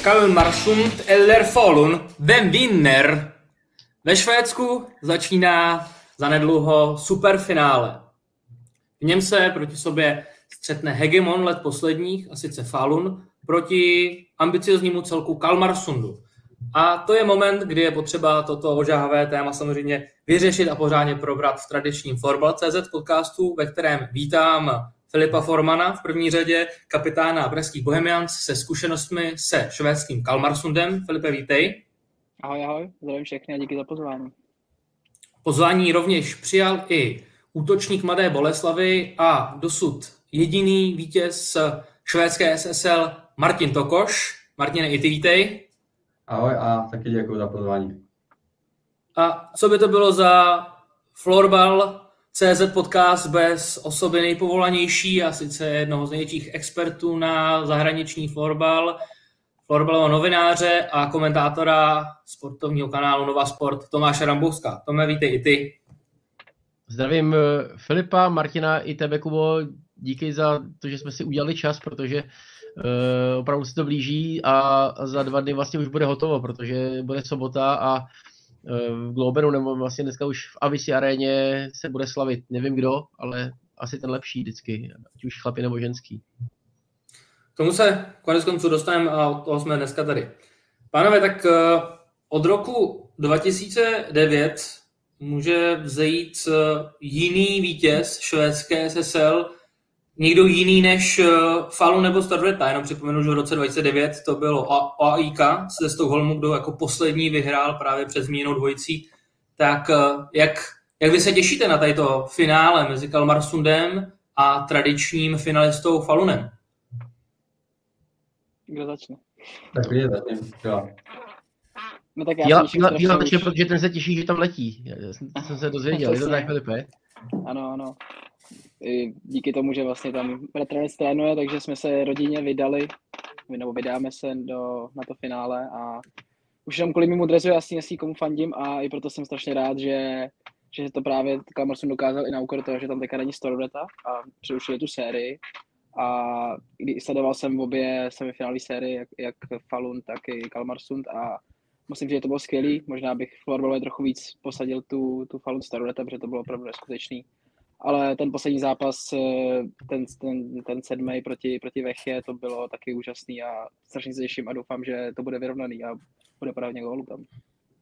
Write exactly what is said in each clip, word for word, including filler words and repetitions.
Kalmarsund eller Falun, vem vinner? Ve Švédsku začíná zanedlouho superfinále. V něm se proti sobě střetne hegemon let posledních, a sice Falun, proti ambicioznímu celku Kalmarsundu. A to je moment, kdy je potřeba toto ožáhavé téma samozřejmě vyřešit a pořádně probrat v tradičním Florbal tečka cé zet podcastu, ve kterém vítám Filipa Formana v první řadě, kapitána pražských Bohemians se zkušenostmi se švédským Kalmarsundem. Filipe, vítej. Ahoj, ahoj, zdravím všechny a díky za pozvání. Pozvání rovněž přijal i útočník Mladé Boleslavi a dosud jediný vítěz švédské S S L Martin Tokoš. Martine, i ty vítej. Ahoj a taky děkuji za pozvání. A co by to bylo za Florbal tečka cé zet podcast bez osoby nejpovolanější a sice jednoho z největších expertů na zahraniční florbal, florbalového novináře a komentátora sportovního kanálu Nova Sport Tomáše Rambouska. Tome, vítej i ty. Zdravím Filipa, Martina i tebe, Kubo. Díky za to, že jsme si udělali čas, protože uh, opravdu se to blíží a za dva dny vlastně už bude hotovo, protože bude sobota a uh, v Globenu nebo vlastně dneska už v Avisi aréně se bude slavit. Nevím kdo, ale asi ten lepší vždycky, ať už chlapi nebo ženský. K tomu se konec konců dostaneme a od toho jsme dneska tady. Pánové, tak uh, od roku dva tisíce devět může vzejít jiný vítěz švédské S S L, někdo jiný než Falun nebo Storvreta. Jenom připomenu, že v roce dva tisíce devět to bylo O A I K ze Stockholmu, kdo jako poslední vyhrál právě před zmíněnou dvojicí. Tak jak, jak vy se těšíte na tato finále mezi Kalmarsundem a tradičním finalistou Falunem? Kdo začne? Tak je zatím, jo. No tak já Píla, se píla, těším píla, strašně takže, protože ten se těší, že tam letí. Já jsem, jsem se dozvěděl, je to tak, Filipe? Ano, ano. I díky tomu, že vlastně tam bratranec trénuje, takže jsme se rodině vydali, nebo vydáme se do, na to finále a už jenom kvůli mému dresu jasně jasný, komu fandím a i proto jsem strašně rád, že, že to právě Kalmarsund dokázal i na úkor toho, že tam teďka není Storvreta a přerušili tu sérii. A když sledoval jsem obě semifinální série, jak, jak Falun, tak i Kalmarsund a musím říct, že to bylo skvělý. Možná bych florbalově trochu víc posadil tu, tu Falun Storvreta, protože to bylo opravdu neskutečný. Ale ten poslední zápas, ten, ten, ten sedmý proti, proti Vechě, to bylo taky úžasný a strašně se těším a doufám, že to bude vyrovnaný a bude padat hodně gólů tam.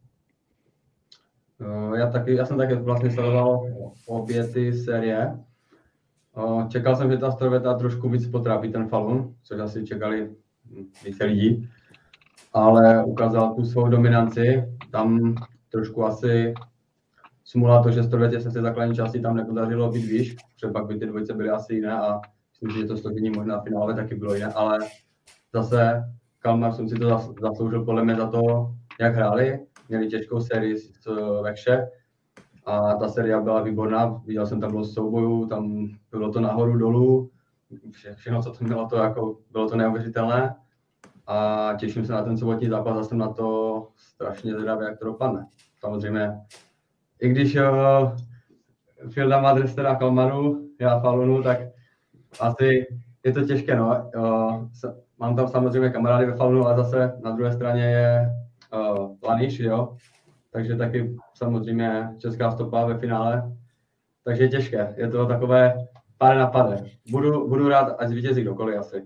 Já, taky, já jsem taky vlastně sledoval obě ty série. Čekal jsem, že ta Storvreta trošku víc potrápí ten Falun, což asi čekali více lidí. Ale ukázal tu svou dominanci, tam trošku asi smula to, že Storvreta se v té základní části tam nepodařilo být výš, protože pak by ty dvojice byly asi jiné a myslím si, že to složení možná v finále taky bylo jiné, ale zase Kalmarsund si to zasloužil podle mě za to, jak hráli, měli těžkou sérii ve vše a ta série byla výborná, viděl jsem tam bylo soubojů, tam bylo to nahoru dolů, vše, všechno, co to bylo, to jako, bylo to neuvěřitelné. A těším se na ten sobotní zápas a jsem na to strašně zvědavý, jak to dopadne. Samozřejmě, i když uh, Filda má dres teda Kalmaru, já Falunu, tak asi je to těžké. No. Uh, mám tam samozřejmě kamarády ve Falunu, ale zase na druhé straně je uh, Laniš, jo. Takže taky samozřejmě česká stopa ve finále. Takže je těžké, je to takové pade na pade. Budu, budu rád, ať zvítězí kdokoliv asi.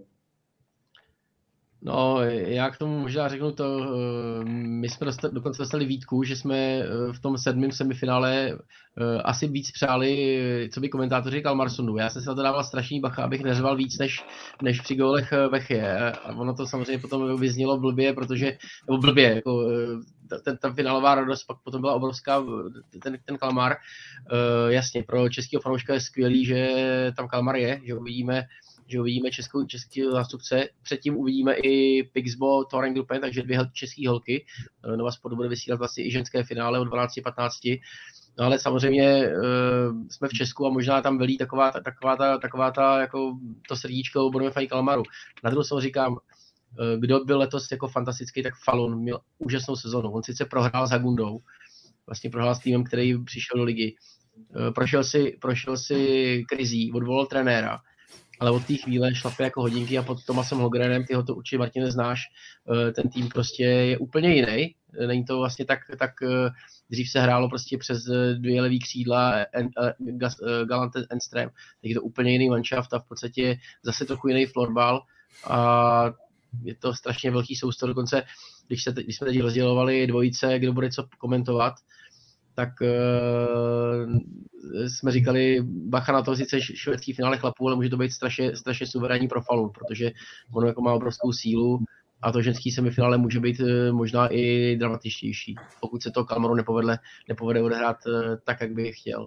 No, já k tomu možná řeknu to, my jsme dostali, dokonce dostali výtku, že jsme v tom sedmém semifinále asi víc přáli, co by komentátoři Kalmarsundu. Já jsem si na to dával strašný bacha, abych neřval víc než, než při gólech Vechje. A ono to samozřejmě potom vyznělo blbě, protože, nebo blbě, jako ten, ta finálová radost pak potom byla obrovská, ten, ten Kalmar. Jasně, pro českého fanouška je skvělý, že tam Kalmar je, že uvidíme že uvidíme českou, český zástupce. Předtím uvidíme i Pixbo Touring Gruppen, takže dvě české holky. Nova Sport bude vysílat vlastně i ženské finále o dvanáct patnáct. No ale samozřejmě uh, jsme v Česku a možná tam velí taková, taková, ta, taková ta, jako to srdíčko, budeme fajn Kalmaru. Na druhou stranu říkám, uh, kdo byl letos jako fantastický, tak Falun měl úžasnou sezonu. On sice prohrál s Hagundou, vlastně prohrál s týmem, který přišel do ligy. Uh, prošel si, prošel si krizí, odvolal trenéra, ale od té chvíle šlape jako hodinky a pod Tomasem Holmgrenem, ty ho to určitě, Martine, znáš, ten tým prostě je úplně jiný. Není to vlastně tak, tak dřív se hrálo prostě přes dvě levý křídla, Gallant Enström, teď je to úplně jiný manšaft a v podstatě zase trochu jiný florbal a je to strašně velký soustor, dokonce když, se, když jsme teď rozdělovali dvojice, kdo bude co komentovat, tak uh, jsme říkali, bacha na to, sice švédský finále chlapů, ale může to být strašně, strašně suverénní pro Falun, protože ono jako má obrovskou sílu a to ženský semifinále může být uh, možná i dramatičtější, pokud se to Kalmaru nepovedle, nepovede odehrát uh, tak, jak by chtěl.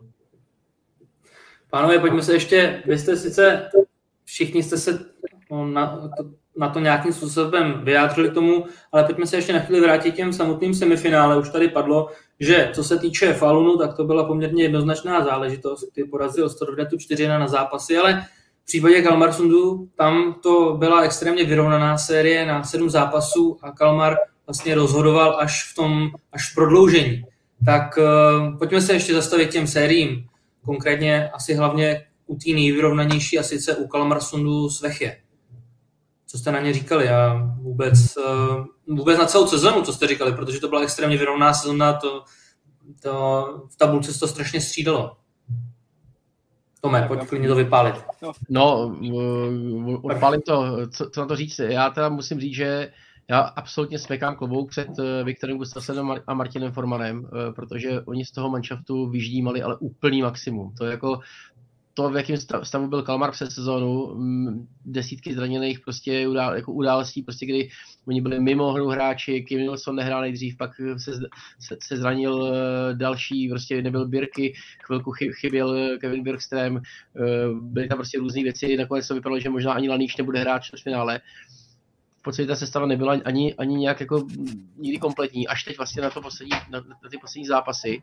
Pánové, pojďme se ještě, vy jste sice, všichni jste se no, na, to, na to nějakým způsobem vyjádřili k tomu, ale pojďme se ještě na chvíli vrátit těm samotným semifinále. Už tady padlo, že co se týče Falunu, tak to byla poměrně jednoznačná záležitost, kdy porazil Ostrovedetu čtyři jedna na zápasy, ale v případě Kalmarsundu tam to byla extrémně vyrovnaná série na sedm zápasů a Kalmar vlastně rozhodoval až v tom, až v prodloužení. Tak uh, pojďme se ještě zastavit těm sériím, konkrétně asi hlavně u té nejvyrovnanější a sice u Kalmarsundu s Vechje. Co jste na ně říkali a vůbec, uh, vůbec na celou sezonu, co jste říkali, protože to byla extrémně vyrovnaná sezona, to, to, v tabulce se to strašně střídalo. Tome, pojď klidně to vypálit. No, odpálím to, co, co na to říct. Já teda musím říct, že já absolutně smekám klobouk před Viktorem Gustafssonem a Martinem Formanem, protože oni z toho manšaftu vyždímali ale úplný maximum. To je jako to, v jakém stavu byl Kalmar před sezónu, desítky zraněných prostě udál, jako událostí, prostě kdy oni byli mimo hru hráči, Kim Nilsson nehrál nejdřív, pak se, se, se zranil další, prostě nebyl Birky, chvilku chyběl Kevin Bjorkström, byly tam prostě různé věci, nakonec to vypadalo, že možná ani Laníš nebude hrát v finále. V podstatě ta sestava nebyla ani, ani nějak jako nikdy kompletní, až teď vlastně na, to poslední, na, na ty poslední zápasy.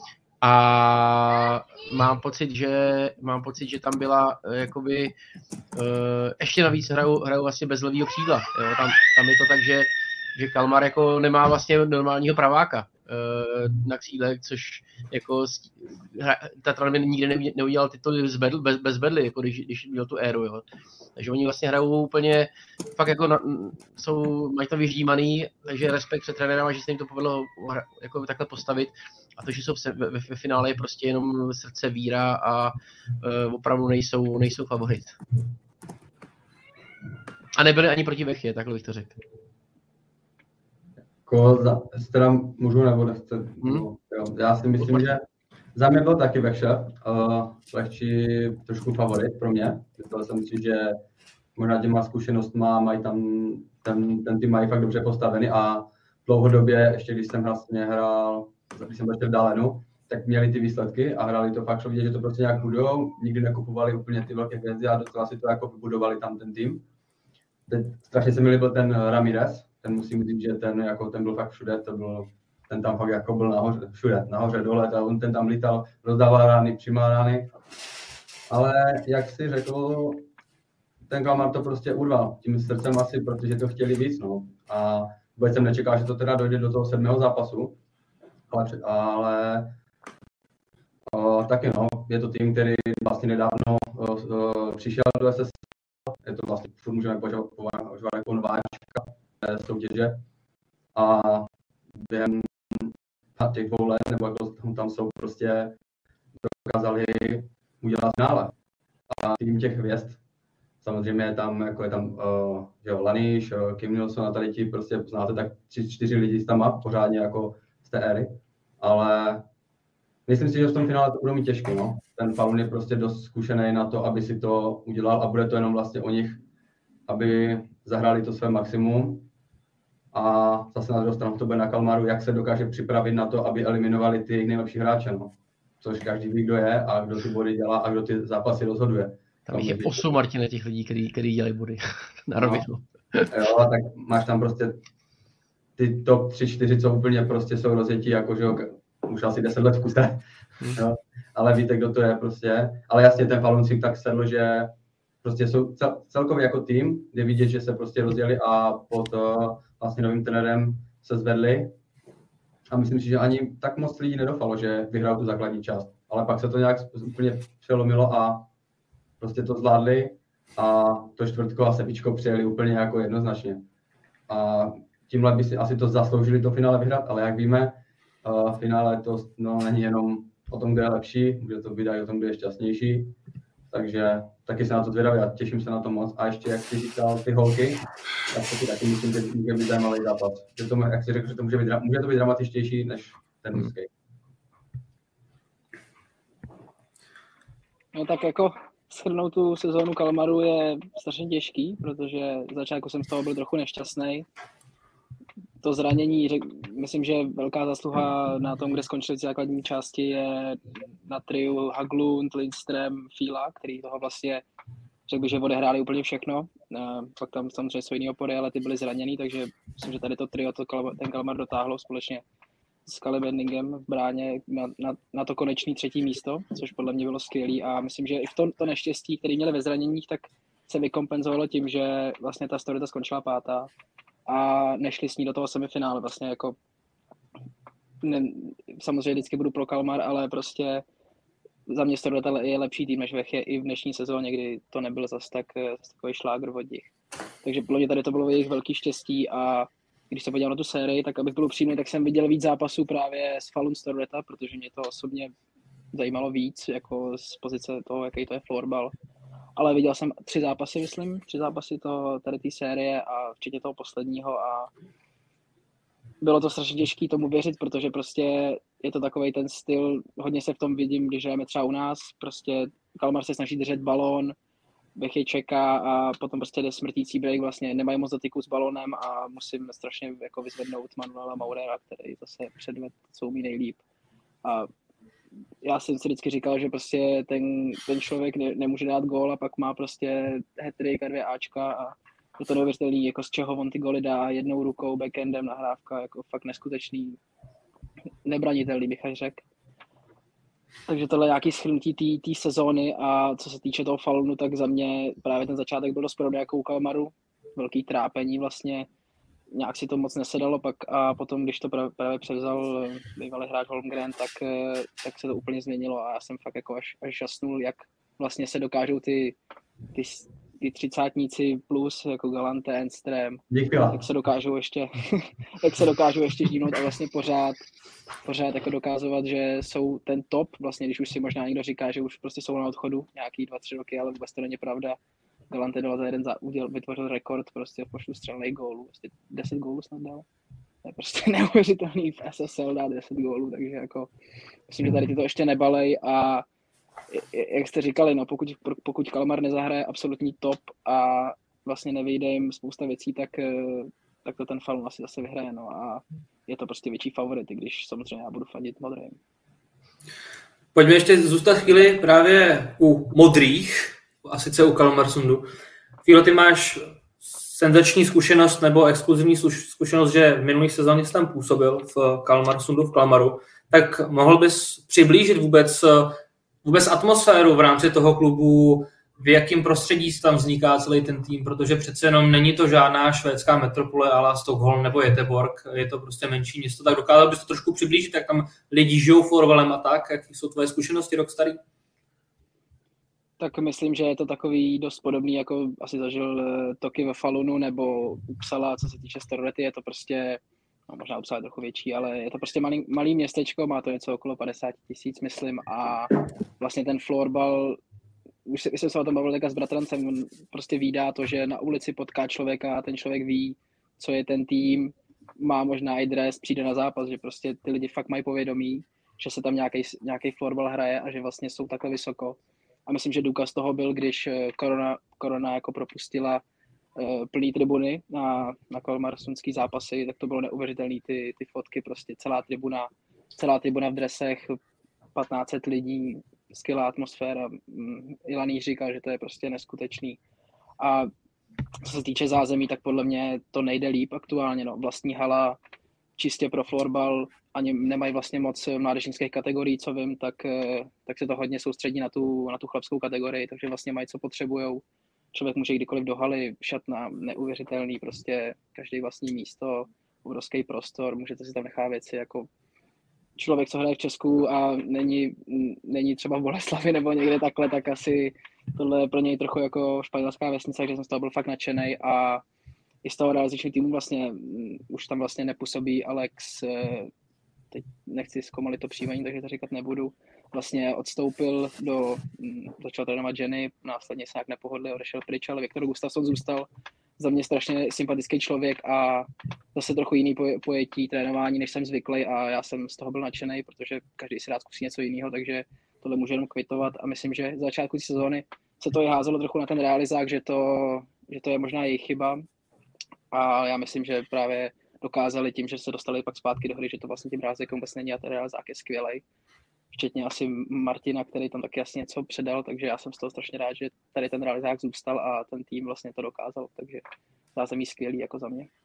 A mám pocit, že mám pocit, že tam byla jakoby uh, ještě navíc hrajou, hrajou vlastně bez levýho křídla. Jo? Tam, tam je to tak, že, že Kalmar jako nemá vlastně normálního praváka uh, na křídle, což jako Tatran nikdy neudělal titul bez, bez, bez bedly, jako když, když měl tu éru. Jo? Takže oni vlastně hrajou úplně, fakt jako na, jsou, mají to vyždímaný, takže respekt před trenérem, že se jim to povedlo jako takhle postavit. A to, že jsou ve, ve, ve finále, je prostě jenom srdce, víra a uh, opravdu nejsou, nejsou favorit. A nebyli ani proti Vechje, takhle bych to řekl. Jako za, teda můžu nebo nechce. Hmm? No, já si myslím, že za mě byl taky Vechše, uh, lehčí trošku favorit pro mě. Myslel jsem si, že možná těma zkušenostma mají tam, ten, ten tým mají fakt dobře postavený a dlouhodobě, ještě když jsem vlastně hrál, když jsem byl ještě v Dálenu, tak měli ty výsledky a hráli to fakt, šlo vidět, že to prostě nějak budou, nikdy nekupovali úplně ty velké hvězdy a docela si to jako vybudovali tam ten tým. Teď strašně se mi líbil ten Ramirez, ten musím říct, že ten, jako, ten byl fakt všude, to byl, ten tam fakt jako byl nahoře, všude, nahoře, dole, ta, on ten tam lítal, rozdával rány, přijímal rány, ale jak si řekl, ten Kalmar to prostě urval, tím srdcem asi, protože to chtěli víc, no. A vůbec jsem nečekal, že to teda dojde do toho sedmého zápasu, ale, ale o, taky no, je to tým, který vlastně nedávno o, o, přišel do S S, je to vlastně, furt můžeme považovat jako nováčka soutěže a během těch dvou let, nebo jako tam jsou, prostě dokázali udělat finále. A tým těch hvězd, samozřejmě je tam, jako je tam uh, jo, Laníš, Kim Nilsson a tady ti prostě znáte tak tři, čtyři lidi tam má pořádně jako z té éry, ale myslím si, že v tom finále to budou mít těžké, no. Ten Falun je prostě dost zkušený na to, aby si to udělal a bude to jenom vlastně o nich, aby zahráli to své maximum. A zase na druhou stranu to bude na Kalmaru, jak se dokáže připravit na to, aby eliminovali ty nejlepší hráče, no. Což každý ví, kdo je a kdo ty body dělá a kdo ty zápasy rozhoduje. Tam je osm, Martine, těch lidí, který, který dělají body na rovinu. No. Jo, tak máš tam prostě ty top tři čtyři, co úplně prostě jsou rozjetí, jako že už asi deset let v kuse. Jo. Ale víte, kdo to je prostě. Ale jasně ten Falun si tak sedl, že prostě jsou cel, celkově jako tým, kde vidět, že se prostě rozdělili a pod uh, vlastně novým trenérem se zvedli. A myslím si, že ani tak moc lidí nedofalo, že vyhrál tu základní část. Ale pak se to nějak úplně přelomilo a prostě to zvládli. a to čtvrtko a sepičko přijeli úplně jako jednoznačně. A tímhle by si asi to zasloužili to finále vyhrát, ale jak víme, uh, finále to no, není jenom o tom, kdo je lepší, může to být i o tom, kdo je šťastnější. Takže taky se na to zvědavý a těším se na to moc. A ještě, jak jsi říkal, ty holky, tak to si taky myslím, že může být zajímavý zápas. Že to, jak jsi řekl, že to může být, může to být dramatičtější než ten mužský. No tak jako shrnout tu sezónu Kalmaru je strašně těžký, protože z začátku jsem z toho byl trochu nešťastný. To zranění, řek, myslím, že velká zasluha na tom, kde skončily základní části, je na triu Haglund, Lindström, Fila, který toho vlastně řekl bych, že odehráli úplně všechno. Pak tam samozřejmě jsou jiný opory, ale ty byly zraněný, takže myslím, že tady to trio to ten Kalmar dotáhlo společně s Kalle Benningem v bráně na, na, na to konečné třetí místo, což podle mě bylo skvělý a myslím, že i v tom to neštěstí, který měli ve zraněních, tak se vykompenzovalo tím, že vlastně ta Storveta skončila pátá a nešli s ní do toho semifinále. Vlastně jako ne, samozřejmě vždycky budu pro Kalmar, ale prostě za mě Storveta je lepší tým než Vech je i v dnešní sezóně, kdy to nebyl zas tak zas takový šlágr od nich. Takže pro mě tady to bylo jejich velký štěstí a když se podívám na tu sérii, tak abych byl upřímný, tak jsem viděl víc zápasů právě s Falun Storveta, protože mě to osobně zajímalo víc, jako z pozice toho, jaký to je florbal. Ale viděl jsem tři zápasy, myslím, tři zápasy toho, tady té série a včetně toho posledního a bylo to strašně těžké tomu věřit, protože prostě je to takovej ten styl, hodně se v tom vidím, když hrajeme třeba u nás, prostě Kalmar se snaží držet balón, Bech je čeká a potom prostě jde smrtící break, vlastně nemají moc dotyku s balónem a musím strašně jako vyzvednout Manuela Maurera, který zase předved, co umí nejlíp. A já jsem si vždycky říkal, že prostě ten, ten člověk ne, nemůže dát gól a pak má prostě hat-trick a dvě áčka a je to neuvěřitelný, jako z čeho on ty góly dá jednou rukou, backendem, nahrávka, jako fakt neskutečný, nebranitelný bych až řekl. Takže tohle je nějaký shrnutí té sezóny a co se týče toho Falunu, tak za mě právě ten začátek byl dost podobný jako u Kalmaru, velký trápení vlastně, nějak si to moc nesedalo pak a potom, když to právě převzal bývalý hráč Holmgren, tak, tak se to úplně změnilo a já jsem fakt jako až, až žasnul, jak vlastně se dokážou ty, ty, ty třicátníci plus jako Galante, Enström, jak se dokážou ještě, jak se dokážou ještě žínout a vlastně pořád, pořád jako dokázovat, že jsou ten top, vlastně když už si možná někdo říká, že už prostě jsou na odchodu nějaký dva, tři roky, ale vůbec to není pravda. Galante dal za jeden za úděl, vytvořil rekord prostě v počtu střelných gólů, prostě deset gólů snad dal. To je prostě neuvěřitelný v S S L dát deset gólů, takže jako myslím, že tady ty to ještě nebalej a jak jste říkali, no pokud, pokud Kalmar nezahraje absolutní top a vlastně nevyjde jim spousta věcí, tak, tak to ten Falun asi zase vyhraje, no a je to prostě větší favorit, i když samozřejmě já budu fandit modrým. Pojďme ještě zůstat chvíli právě u modrých, a sice u Kalmarsundu. Fílo, ty máš senzační zkušenost nebo exkluzivní zkušenost, že v minulých sezóně jsi tam působil v Kalmarsundu, v Kalmaru, tak mohl bys přiblížit vůbec, vůbec atmosféru v rámci toho klubu, v jakém prostředí tam vzniká celý ten tým, protože přece jenom není to žádná švédská metropole ala Stockholm nebo Göteborg, je to prostě menší město, tak dokázal bys to trošku přiblížit, jak tam lidi žijou florbalem a tak, jaké jsou tvoje zkušenosti rok starý? Tak myslím, že je to takový dost podobný, jako asi zažil Toky ve Falunu nebo Uppsala, co se týče Storvety, je to prostě, no možná Uppsala je trochu větší, ale je to prostě malý, malý městečko, má to něco okolo padesát tisíc, myslím, a vlastně ten florbal, už jsem se o tom bavil teďka s bratrancem, on prostě vídá to, že na ulici potká člověka a ten člověk ví, co je ten tým, má možná i dres, přijde na zápas, že prostě ty lidi fakt mají povědomí, že se tam nějaký, nějaký florbal hraje a že vlastně jsou takhle vysoko. A myslím, že důkaz toho byl, když korona, korona jako propustila uh, plný tribuny na, na kalmarsundský zápasy, tak to bylo neuvěřitelné, ty, ty fotky, prostě celá tribuna, celá tribuna v dresech, patnáct set lidí, skvělá atmosféra. Ilaný říkal, že to je prostě neskutečný. A co se týče zázemí, tak podle mě to nejde líp aktuálně. No. Vlastní hala čistě pro florbal, ani nemají vlastně moc mládežnických kategorií, co vím, tak, tak se to hodně soustředí na tu, na tu chlapskou kategorii, takže vlastně mají, co potřebujou. Člověk může kdykoliv do haly, šatna, neuvěřitelný, prostě každý vlastní místo, obrovský prostor, můžete si tam nechat věci jako člověk, co hraje v Česku a není, není třeba v Boleslavi nebo někde takhle, tak asi tohle je pro něj trochu jako španělská vesnice, takže jsem z toho byl fakt nadšenej a i z toho realizačního týmu vlastně m, už tam vlastně nepůsobí Alex, teď nechci zkomalit to příjmení, takže to říkat nebudu, vlastně odstoupil do, začal trénovat Jenny, následně se nějak nepohodli, odešel pryč, ale Viktor Gustafsson zůstal za mě strašně sympatický člověk a zase trochu jiný pojetí trénování, než jsem zvyklý a já jsem z toho byl nadšený, protože každý si rád zkusí něco jiného, takže tohle může jenom kvitovat a myslím, že za začátku sezóny se to i házelo trochu na ten realizák, že to, že to je možná jejich chyba a já myslím, že právě dokázali tím, že se dostali pak zpátky do hry, že to vlastně tím realizákem vůbec není a ten realizák je skvělej. Včetně asi Martina, který tam taky asi něco předal, takže já jsem z toho strašně rád, že tady ten realizák zůstal a ten tým vlastně to dokázal, takže zázemí skvělý jako za mě.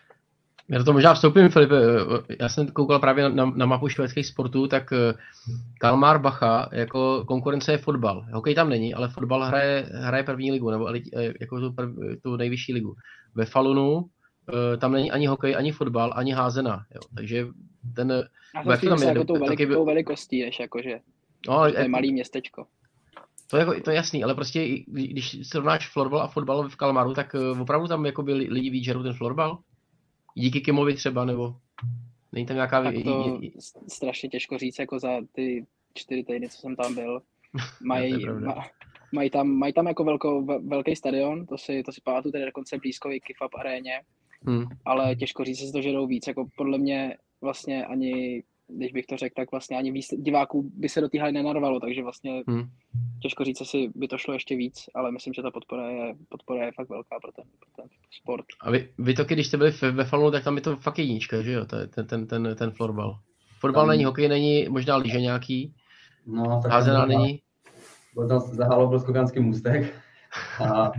Já do toho možná vstoupím, Filipe. Já jsem koukal právě na, na mapu švédských sportů, tak Kalmar Bacha jako konkurence je fotbal. Hokej tam není, ale fotbal hraje, hraje první ligu, nebo jako tu, prv, tu nejvyšší ligu. Ve Falunu tam není ani hokej, ani fotbal, ani házená. Jo. Takže ten... Já jsem si jako tou, velik, taky... tou velikostí, než jakože no, to je malý městečko. To je, to je jasný, ale prostě když srovnáš florbal a fotbal v Kalmaru, tak opravdu tam jako by lidi víc žerou ten florbal? Díky Kimovi třeba, nebo není tam nějaká... Tak to strašně těžko říct, jako za ty čtyři týdny, co jsem tam byl. Mají ma, maj tam, maj tam jako velkou, velký stadion, to si, to si pamatuju, tady dokonce blízko i Kifab aréně, hmm. ale těžko říct, jestli to žerou víc, jako podle mě vlastně ani, když bych to řekl, tak vlastně ani víc diváků by se do té haly nenarvalo, takže vlastně hmm. těžko říct, jestli by to šlo ještě víc, ale myslím, že ta podpora je, podpora je fakt velká pro ten, pro ten sport. A vy, vy to, když jste byli ve Falunu, tak tam je to fakt jednička, že jo, ten, ten, ten, ten florbal. Fotbal není, hokej není, možná lyže nějaký, no, házená není. Byl tam za halou byl skokanský můstek a,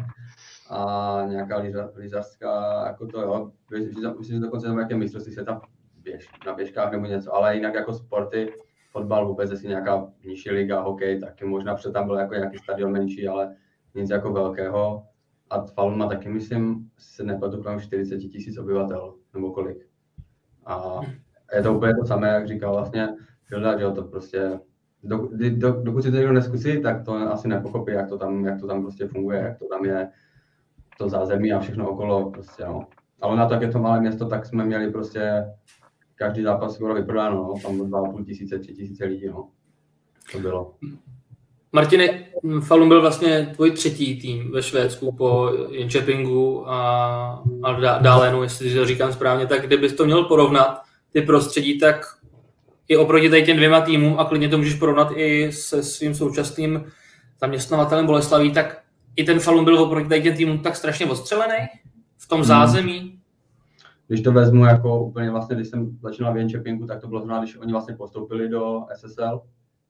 a nějaká lyžařská, jako to jo, myslím, že dokonce tam nějaké mistrovství světa běž, na běžkách nebo něco, ale jinak jako sporty, fotbal vůbec, jestli nějaká nižší liga, hokej, taky možná před tam byl jako nějaký stadion menší, ale nic jako velkého. A Falun má taky, myslím, se nepletu kolem čtyřicet tisíc obyvatel, nebo kolik. A je to úplně to samé, jak říkal vlastně Filda, že jo, to prostě, do, do, dokud si to někdo neskusí, tak to asi nepochopí, jak to tam, jak to tam prostě funguje, jak to tam je, to zázemí a všechno okolo, prostě no. Ale na to, jak je to malé město, tak jsme měli prostě každý zápas skoro vyprodáno, no. Tam bylo dva a půl tisíce, tři tisíce lidí, no. To bylo. Martine, Falun byl vlastně tvůj třetí tým ve Švédsku po Jönköpingu a, a Dálenu, jestli to říkám správně, tak kdybys to měl porovnat, ty prostředí, tak i oproti tady těm dvěma týmům, a klidně to můžeš porovnat i se svým současným zaměstnavatelem Boleslaví, tak i ten Falun byl oproti tady těm týmům tak strašně ostřelený v tom zázemí. Hmm. Když to vezmu jako úplně vlastně, když jsem začínal v Jönköpingu, tak to bylo zrovna, když oni vlastně postoupili do S S L.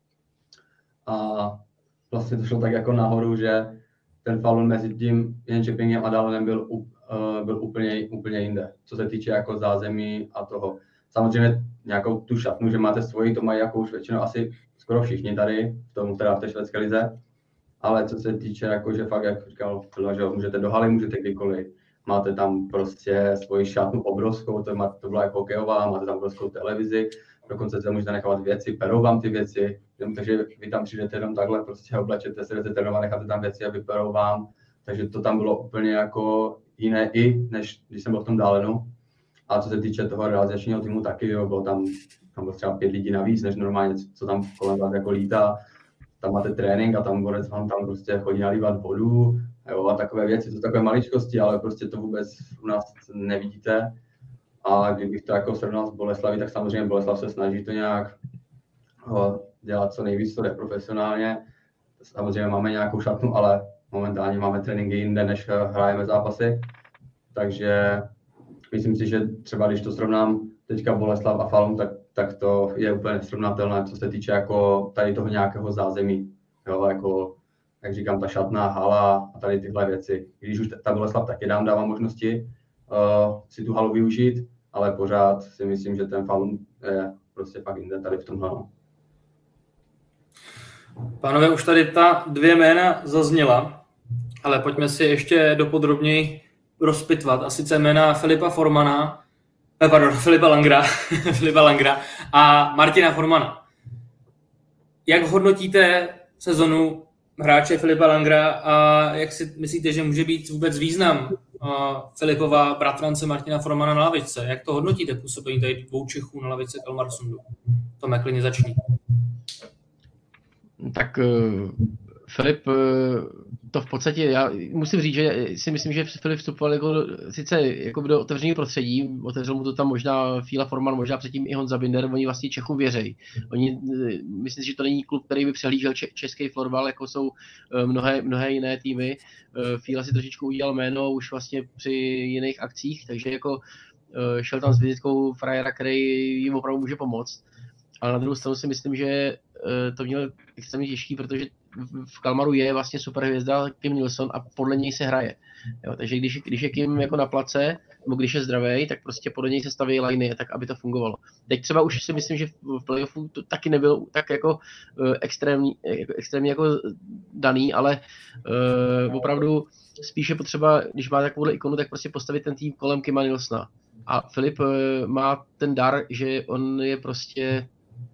A vlastně to šlo tak jako nahoru, že ten Falun mezi tím Jönköpingem a Dálenem byl, uh, byl úplně, úplně jinde, co se týče jako zázemí a toho. Samozřejmě nějakou tu šatnu, že máte svoji, to mají jako už většinou asi skoro všichni tady, v tom teda v té švédské lize. Ale co se týče jako, že fakt, jak říkal, že můžete do haly, můžete kdykoliv. Máte tam prostě svoji šatnu obrovskou, to, má, to byla jako hokejová, máte tam obrovskou televizi, dokonce se můžete nechávat věci, perou vám ty věci, takže vy tam přijdete jenom takhle, prostě oblečete se, jdete trénovat, necháte tam věci a vyperou vám, takže to tam bylo úplně jako jiné i, než když jsem byl v tom Dálenu. A co se týče toho realizačního týmu taky, jo, bylo tam, tam bylo třeba pět lidí navíc, než normálně, co tam kolem vás jako lítá. Tam máte trénink a tam borec vám tam prostě chodí nalívat vodu, jo, a takové věci, to jsou takové maličkosti, ale prostě to vůbec u nás nevidíte. A kdybych to jako srovnal s Boleslaví, tak samozřejmě Boleslav se snaží to nějak o, dělat co nejvíc, to jde profesionálně. Samozřejmě máme nějakou šatnu, ale momentálně máme tréninky jinde, než hrajeme zápasy. Takže myslím si, že třeba když to srovnám teďka Boleslav a Falun, tak, tak to je úplně nesrovnatelné, co se týče jako tady toho nějakého zázemí. Jo, jako, jak říkám, ta šatná hala a tady tyhle věci. Když už ta Boleslav taky nám dává možnosti uh, si tu halu využít, ale pořád si myslím, že ten Falun je prostě fakt jinde tady v tomhle. Pánové, už tady ta dvě jména zazněla, ale pojďme si ještě dopodrobněji rozpitvat. A sice jména Filipa Formana, eh, pardon, Filipa Langra, Filipa Langra a Martina Formana. Jak hodnotíte sezonu hráče Filipa Langra a jak si myslíte, že může být vůbec význam Filipova bratrance Martina Fromana na lavičce? Jak to hodnotíte působení tady dvou Čechů na lavičce Kalmarsundu? Tome, klidně začni. Tak uh, Filip, uh, to v podstatě, já musím říct, že si myslím, že Filip vstupoval jako, sice jako do otevřeného prostředí, otevřel mu to tam možná Fíla Forman, možná předtím i Honza Binder, oni vlastně Čechům věřejí. Oni, myslím, že to není klub, který by přehlížel če- český florbal, jako jsou mnohé, mnohé jiné týmy. Fíla si trošičku udělal jméno už vlastně při jiných akcích, takže jako šel tam s vizitkou frajera, který jim opravdu může pomoct. Ale na druhou stranu si myslím, že to mělo extrémně těžký, protože v Kalmaru je vlastně super hvězda Kim Nilsson a podle něj se hraje. Jo, takže když, když je Kim jako na place, nebo když je zdravý, tak prostě podle něj se staví liney, tak aby to fungovalo. Teď třeba už si myslím, že v playoffu to taky nebylo tak jako uh, extrémní, jako, extrémně jako daný, ale uh, opravdu spíše potřeba, když má takovouhle ikonu, tak prostě postavit ten tým kolem Kima Nilssona. A Filip uh, má ten dar, že on je prostě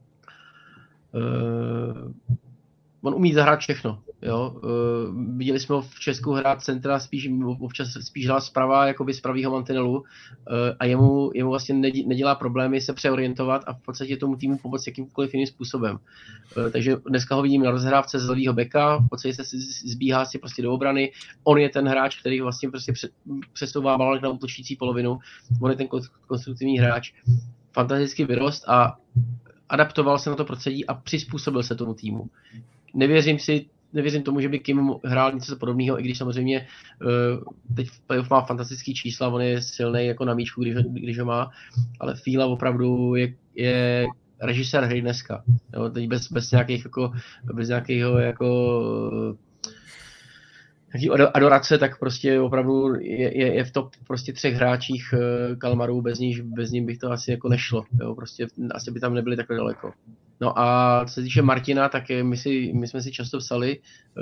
Uh, on umí zahrát všechno, jo. Uh, viděli jsme ho v Česku hrát centra, spíš, občas spíš hrát zprava, jakoby z pravýho mantinelu uh, a jemu, jemu vlastně nedělá problémy se přeorientovat a v podstatě tomu týmu pomoct jakýmkoliv jiným způsobem. Uh, takže dneska ho vidím na rozhrávce z levýho beka, v podstatě se zbíhá si prostě do obrany, on je ten hráč, který vlastně prostě přesouvá balón na útočící polovinu, on je ten konstruktivní hráč, fantastický vyrost a adaptoval se na to prostředí a přizpůsobil se tomu týmu. Nevěřím si, nevěřím tomu, že by Kim hrál něco podobného, i když samozřejmě teď v playoff má fantastický čísla, on je silný jako na míčku, když, když ho má, ale Fíla opravdu je, je režisér hry dneska. Jo, teď bez, bez nějakých jako, bez nějakého jako nějaký adorace, tak prostě opravdu je, je, je v top prostě třech hráčích Kalmaru, bez níž, bez ním bych to asi jako nešlo, jo, prostě asi by tam nebyli takhle daleko. No a co se týče Martina, tak my, si, my jsme si často psali,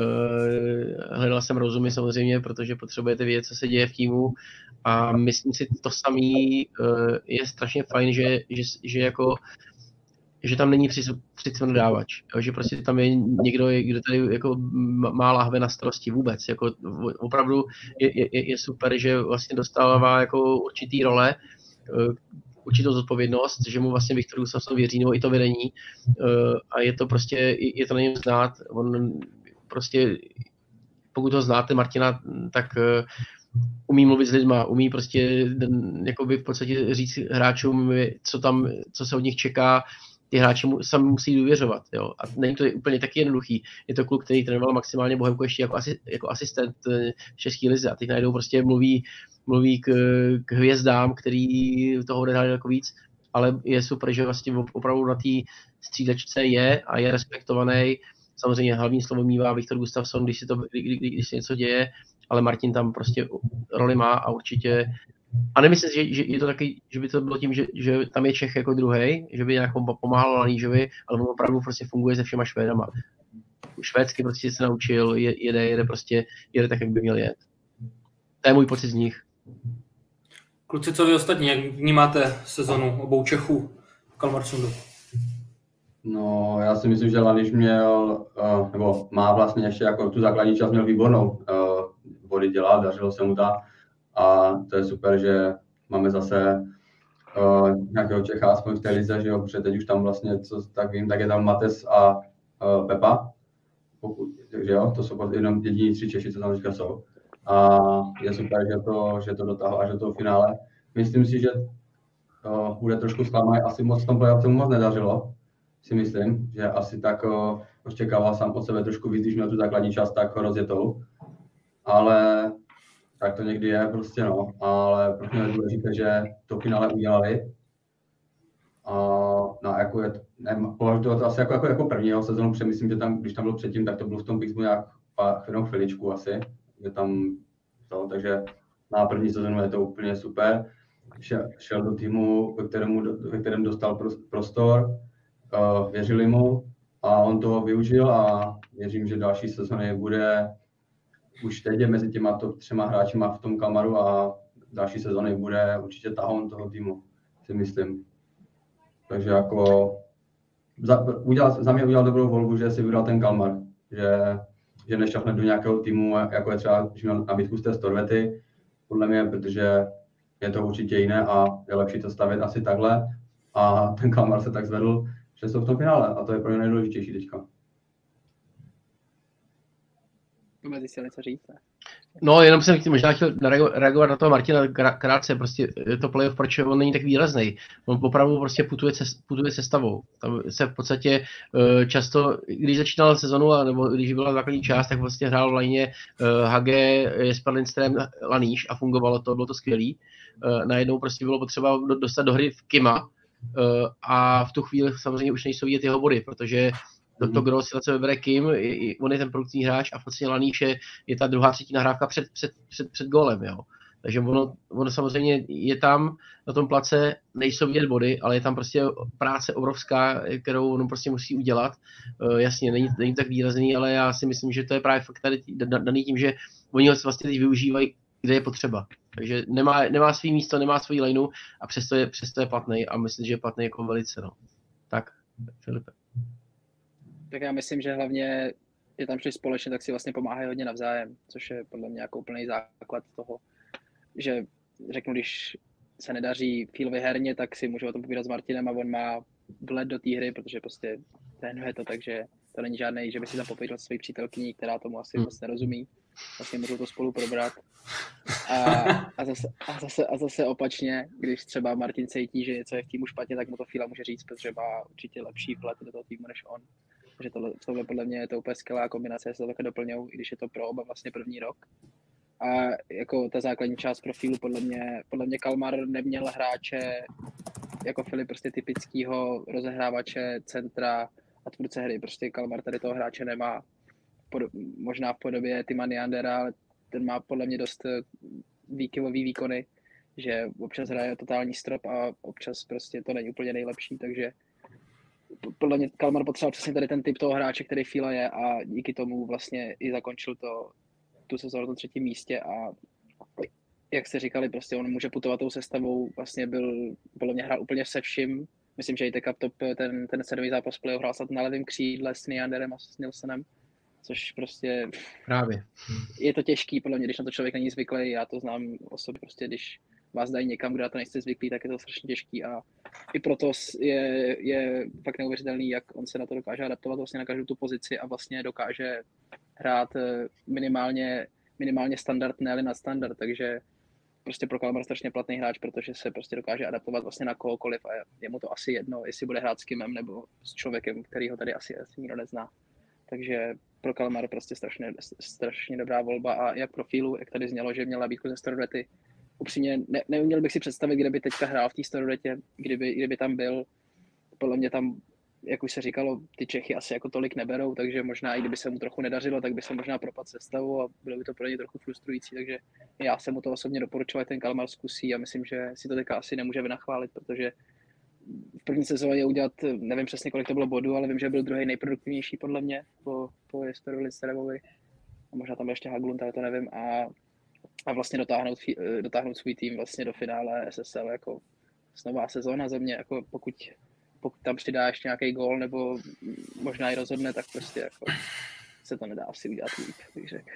uh, hledal jsem rozumy samozřejmě, protože potřebujete vědět, co se děje v týmu a myslím si to samý, uh, je strašně fajn, že, že, že jako že tam není přicvenodávač, že prostě tam je někdo, kdo tady jako má lahve na starosti vůbec. Jako opravdu je, je, je super, že vlastně dostává jako určitý role, určitou zodpovědnost, že mu vlastně Viktor Gustafsson věří, nebo i to vedení a je to prostě, je to na něm znát. On prostě, pokud ho znáte Martina, tak umí mluvit s lidma, umí prostě jakoby v podstatě říct hráčům, co tam, co se od nich čeká, ty hráči mu, sami musí důvěřovat. Jo. A není to úplně taky jednoduchý. Je to kluk, který trénoval maximálně Bohemku ještě jako, asi, jako asistent v české lize a teď najednou prostě mluví, mluví k, k hvězdám, který toho odehráli jako víc, ale je super, že vlastně opravdu na té střídačce je a je respektovaný. Samozřejmě hlavní slovo mívá Viktor Gustafsson, když si to, kdy, kdy, když se něco děje, ale Martin tam prostě roli má a určitě. A nemyslím, že, že je to taky, že by to bylo tím, že, že tam je Čech jako druhej, že by nějak pomáhal Lanížovi, ale on opravdu prostě funguje se všema Švédama. Švédsky prostě se naučil, jede, jede prostě, jede tak, jak by měl jet. To je můj pocit z nich. Kluci, co vy ostatní, jak vnímáte sezonu obou Čechů v Kalmarsundu? No, já si myslím, že Laniš měl, uh, nebo má vlastně ještě jako tu základní část měl výbornou. Uh, body dělá, dařilo se mu ta. A to je super, že máme zase uh, nějakého Čecha aspoň v té lize, že jo, protože teď už tam vlastně, co tak vím, tak je tam Mates a uh, Pepa. Pokud, takže jo, to jsou jenom jediní tři Češi, co tam teďka jsou. A je super, že to, že to dotáhl až do toho finále. Myslím si, že uh, bude trošku zklamaný, asi moc v tom playoff se mu moc nedařilo. Si myslím, že asi tak uh, očekával sám od sebe trošku víc, když měl tu základní část tak rozjetou. Ale tak to někdy je prostě, no. Ale pro mě je důležité, že to finále udělali. A no, jako je, ne, považuji to asi jako, jako, jako prvního sezonu, protože myslím, že tam, když tam byl předtím, tak to bylo v tom Pixmu nějak jenom chviličku asi, že tam to, takže na první sezonu je to úplně super. Šel, šel do týmu, ve, kterému, ve kterém dostal prostor, uh, věřili mu a on toho využil a věřím, že další sezony bude už teď je mezi těma top třema hráčima v tom Kalmaru a další sezony bude určitě tahoun toho týmu, si myslím. Takže jako za, udělal, za mě udělal dobrou volbu, že si vybral ten Kalmar, že že nešahne do nějakého týmu, jako je třeba, když měl nabídku z té Storvety, podle mě, protože je to určitě jiné a je lepší to stavět asi takhle. A ten Kalmar se tak zvedl, že jsou v tom finále a to je pro ně nejdůležitější teďka. Vůbec si něco říct, ne? No, jenom jsem možná chtěl reagovat na toho Martina krátce, prostě to playoff, proč on není tak výrazný. On opravdu prostě putuje, cest, putuje sestavou. Tam se v podstatě často, když začínal sezonu, nebo když byla základní část, tak vlastně hrál v lajně Hage, Jesper Lindström, Laníš a fungovalo to, bylo to skvělý. Najednou prostě bylo potřeba dostat do hry v Kima a v tu chvíli samozřejmě už nejsou vidět jeho body, protože do toho gro si se vybere Kim, on je ten produkční hráč a v podstatě Laníš je, je ta druhá, třetí nahrávka před, před, před, před gólem, jo. Takže ono, ono samozřejmě je tam na tom place, nejsou vidět body, ale je tam prostě práce obrovská, kterou on prostě musí udělat. Uh, jasně, není, není tak výrazný, ale já si myslím, že to je právě fakt tady daný tím, že oni ho vlastně teď využívají, kde je potřeba. Takže nemá, nemá svý místo, nemá svoji lineu a přesto je, přesto je platnej a myslím, že je platnej jako velice, no. Tak, Filipe. Tak já myslím, že hlavně je tam šli společně, tak si vlastně pomáhají hodně navzájem, což je podle mě jako úplný základ toho, že řeknu, když se nedaří Fílovi herně, tak si můžu o tom povídat s Martinem a on má vhled do té hry, protože prostě trénuje to, takže to není žádný, že by si tam popovídal s svojí přítelkyní, která tomu asi moc nerozumí. Vlastně můžou to spolu probrat. A, a, zase, a, zase, a zase opačně, když třeba Martin cítí, že něco je v týmu špatně, tak mu to Fíla může říct, protože má určitě lepší vhled do toho týmu než on. Takže tohle, tohle podle mě je to úplně skvělá kombinace, se to také doplňují, i když je to pro oba vlastně první rok. A jako ta základní část profilu, podle mě, podle mě Kalmar neměl hráče jako Filip, prostě typického rozehrávače, centra a tvůrce hry. Prostě Kalmar tady toho hráče nemá. Pod, možná v podobě Tima Neandera, ale ten má podle mě dost výkyvový výkony, že občas hraje totální strop a občas prostě to není úplně nejlepší, takže podle mě Kalmar potřeboval přesně tady ten typ toho hráče, který Fila je a díky tomu vlastně i zakončil to, tu sezónu na třetím místě a jak jste říkali, prostě on může putovat tou sestavou, vlastně byl, podle mě hrál úplně se vším, myslím, že i Cup Top ten, ten sedmý zápas playoff hrál snad na levém křídle s Neanderem a s Nilsenem, což prostě právě je to těžký, podle mě, když na to člověk není zvyklý, já to znám osobně, prostě když vás dají někam, kde na to nejste zvyklí, tak je to strašně těžký a i proto je, je fakt neuvěřitelný, jak on se na to dokáže adaptovat vlastně na každou tu pozici a vlastně dokáže hrát minimálně, minimálně standard, ne-li nadstandard, takže prostě pro Kalmar strašně platný hráč, protože se prostě dokáže adaptovat vlastně na kohokoliv a je mu to asi jedno, jestli bude hrát s Kimem nebo s člověkem, který ho tady asi, asi nikdo nezná. Takže pro Kalmar prostě strašně, strašně dobrá volba a jak profilu, jak tady znělo, že měl nabídku ze Storvety. Upřímně ne, neuměl bych si představit, kde by teďka hrál v té Storvetě, kdyby, kdyby tam byl. Podle mě tam, jak už se říkalo, ty Čechy asi jako tolik neberou, takže možná i kdyby se mu trochu nedařilo, tak by se možná propadl sestavu a bylo by to pro ně trochu frustrující, takže já jsem mu to osobně doporučoval, ten Kalmar zkusí a myslím, že si to teďka asi nemůže vynachválit, protože v první sezóně udělat, nevím přesně, kolik to bylo bodů, ale vím, že byl druhý nejproduktivnější podle mě po, po Jesperu Lindströmovi a možná tam ještě Haglund, ale to nevím a a vlastně dotáhnout, dotáhnout svůj tým vlastně do finále S S L jako nová sezóna za mě, jako pokud, pokud tam přidá ještě nějaký gól nebo možná i rozhodne, tak prostě jako se to nedá asi udělat líp, bych řekl.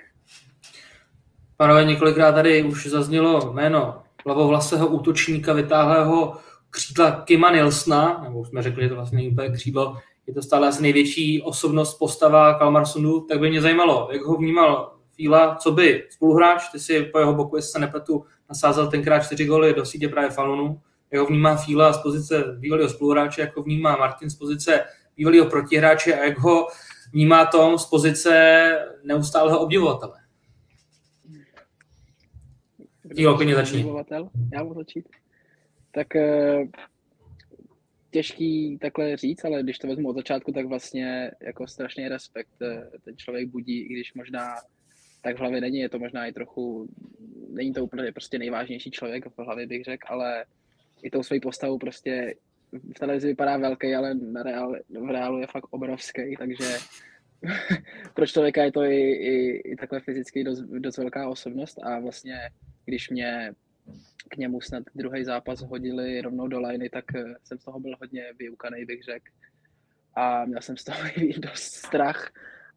Pánové, několikrát tady už zaznělo jméno plavovlasého útočníka vytáhlého křídla Kima Nilsna, nebo už jsme řekli, že to vlastně není úplně křídlo, je to stále asi největší osobnost, postava Kalmarsundu, tak by mě zajímalo, jak ho vnímal Fíla, co by spoluhráč, ty si po jeho boku, jestli se nepletu, nasázel tenkrát čtyři góly do sítě právě Falunu. Jak ho vnímá Fíla z pozice bývalého spoluhráče, jak ho vnímá Martin z pozice bývalého protihráče a jak ho vnímá Tom z pozice neustálého obdivovatele. Fílo, klidně začni. Já můžu začít. Tak těžký takhle říct, ale když to vezmu od začátku, tak vlastně jako strašný respekt ten člověk budí, i když možná tak v hlavě není, je to možná i trochu, není to úplně prostě nejvážnější člověk v hlavě, bych řekl, ale i tou svojí postavou prostě v televizi vypadá velký, ale na reál, v reálu je fakt obrovský, takže pro člověka je to i, i, i takhle fyzicky dost, dost velká osobnost a vlastně, když mě k němu snad druhý zápas hodili rovnou do liney, tak jsem z toho byl hodně vyukanej, bych řekl. A měl jsem z toho i dost strach.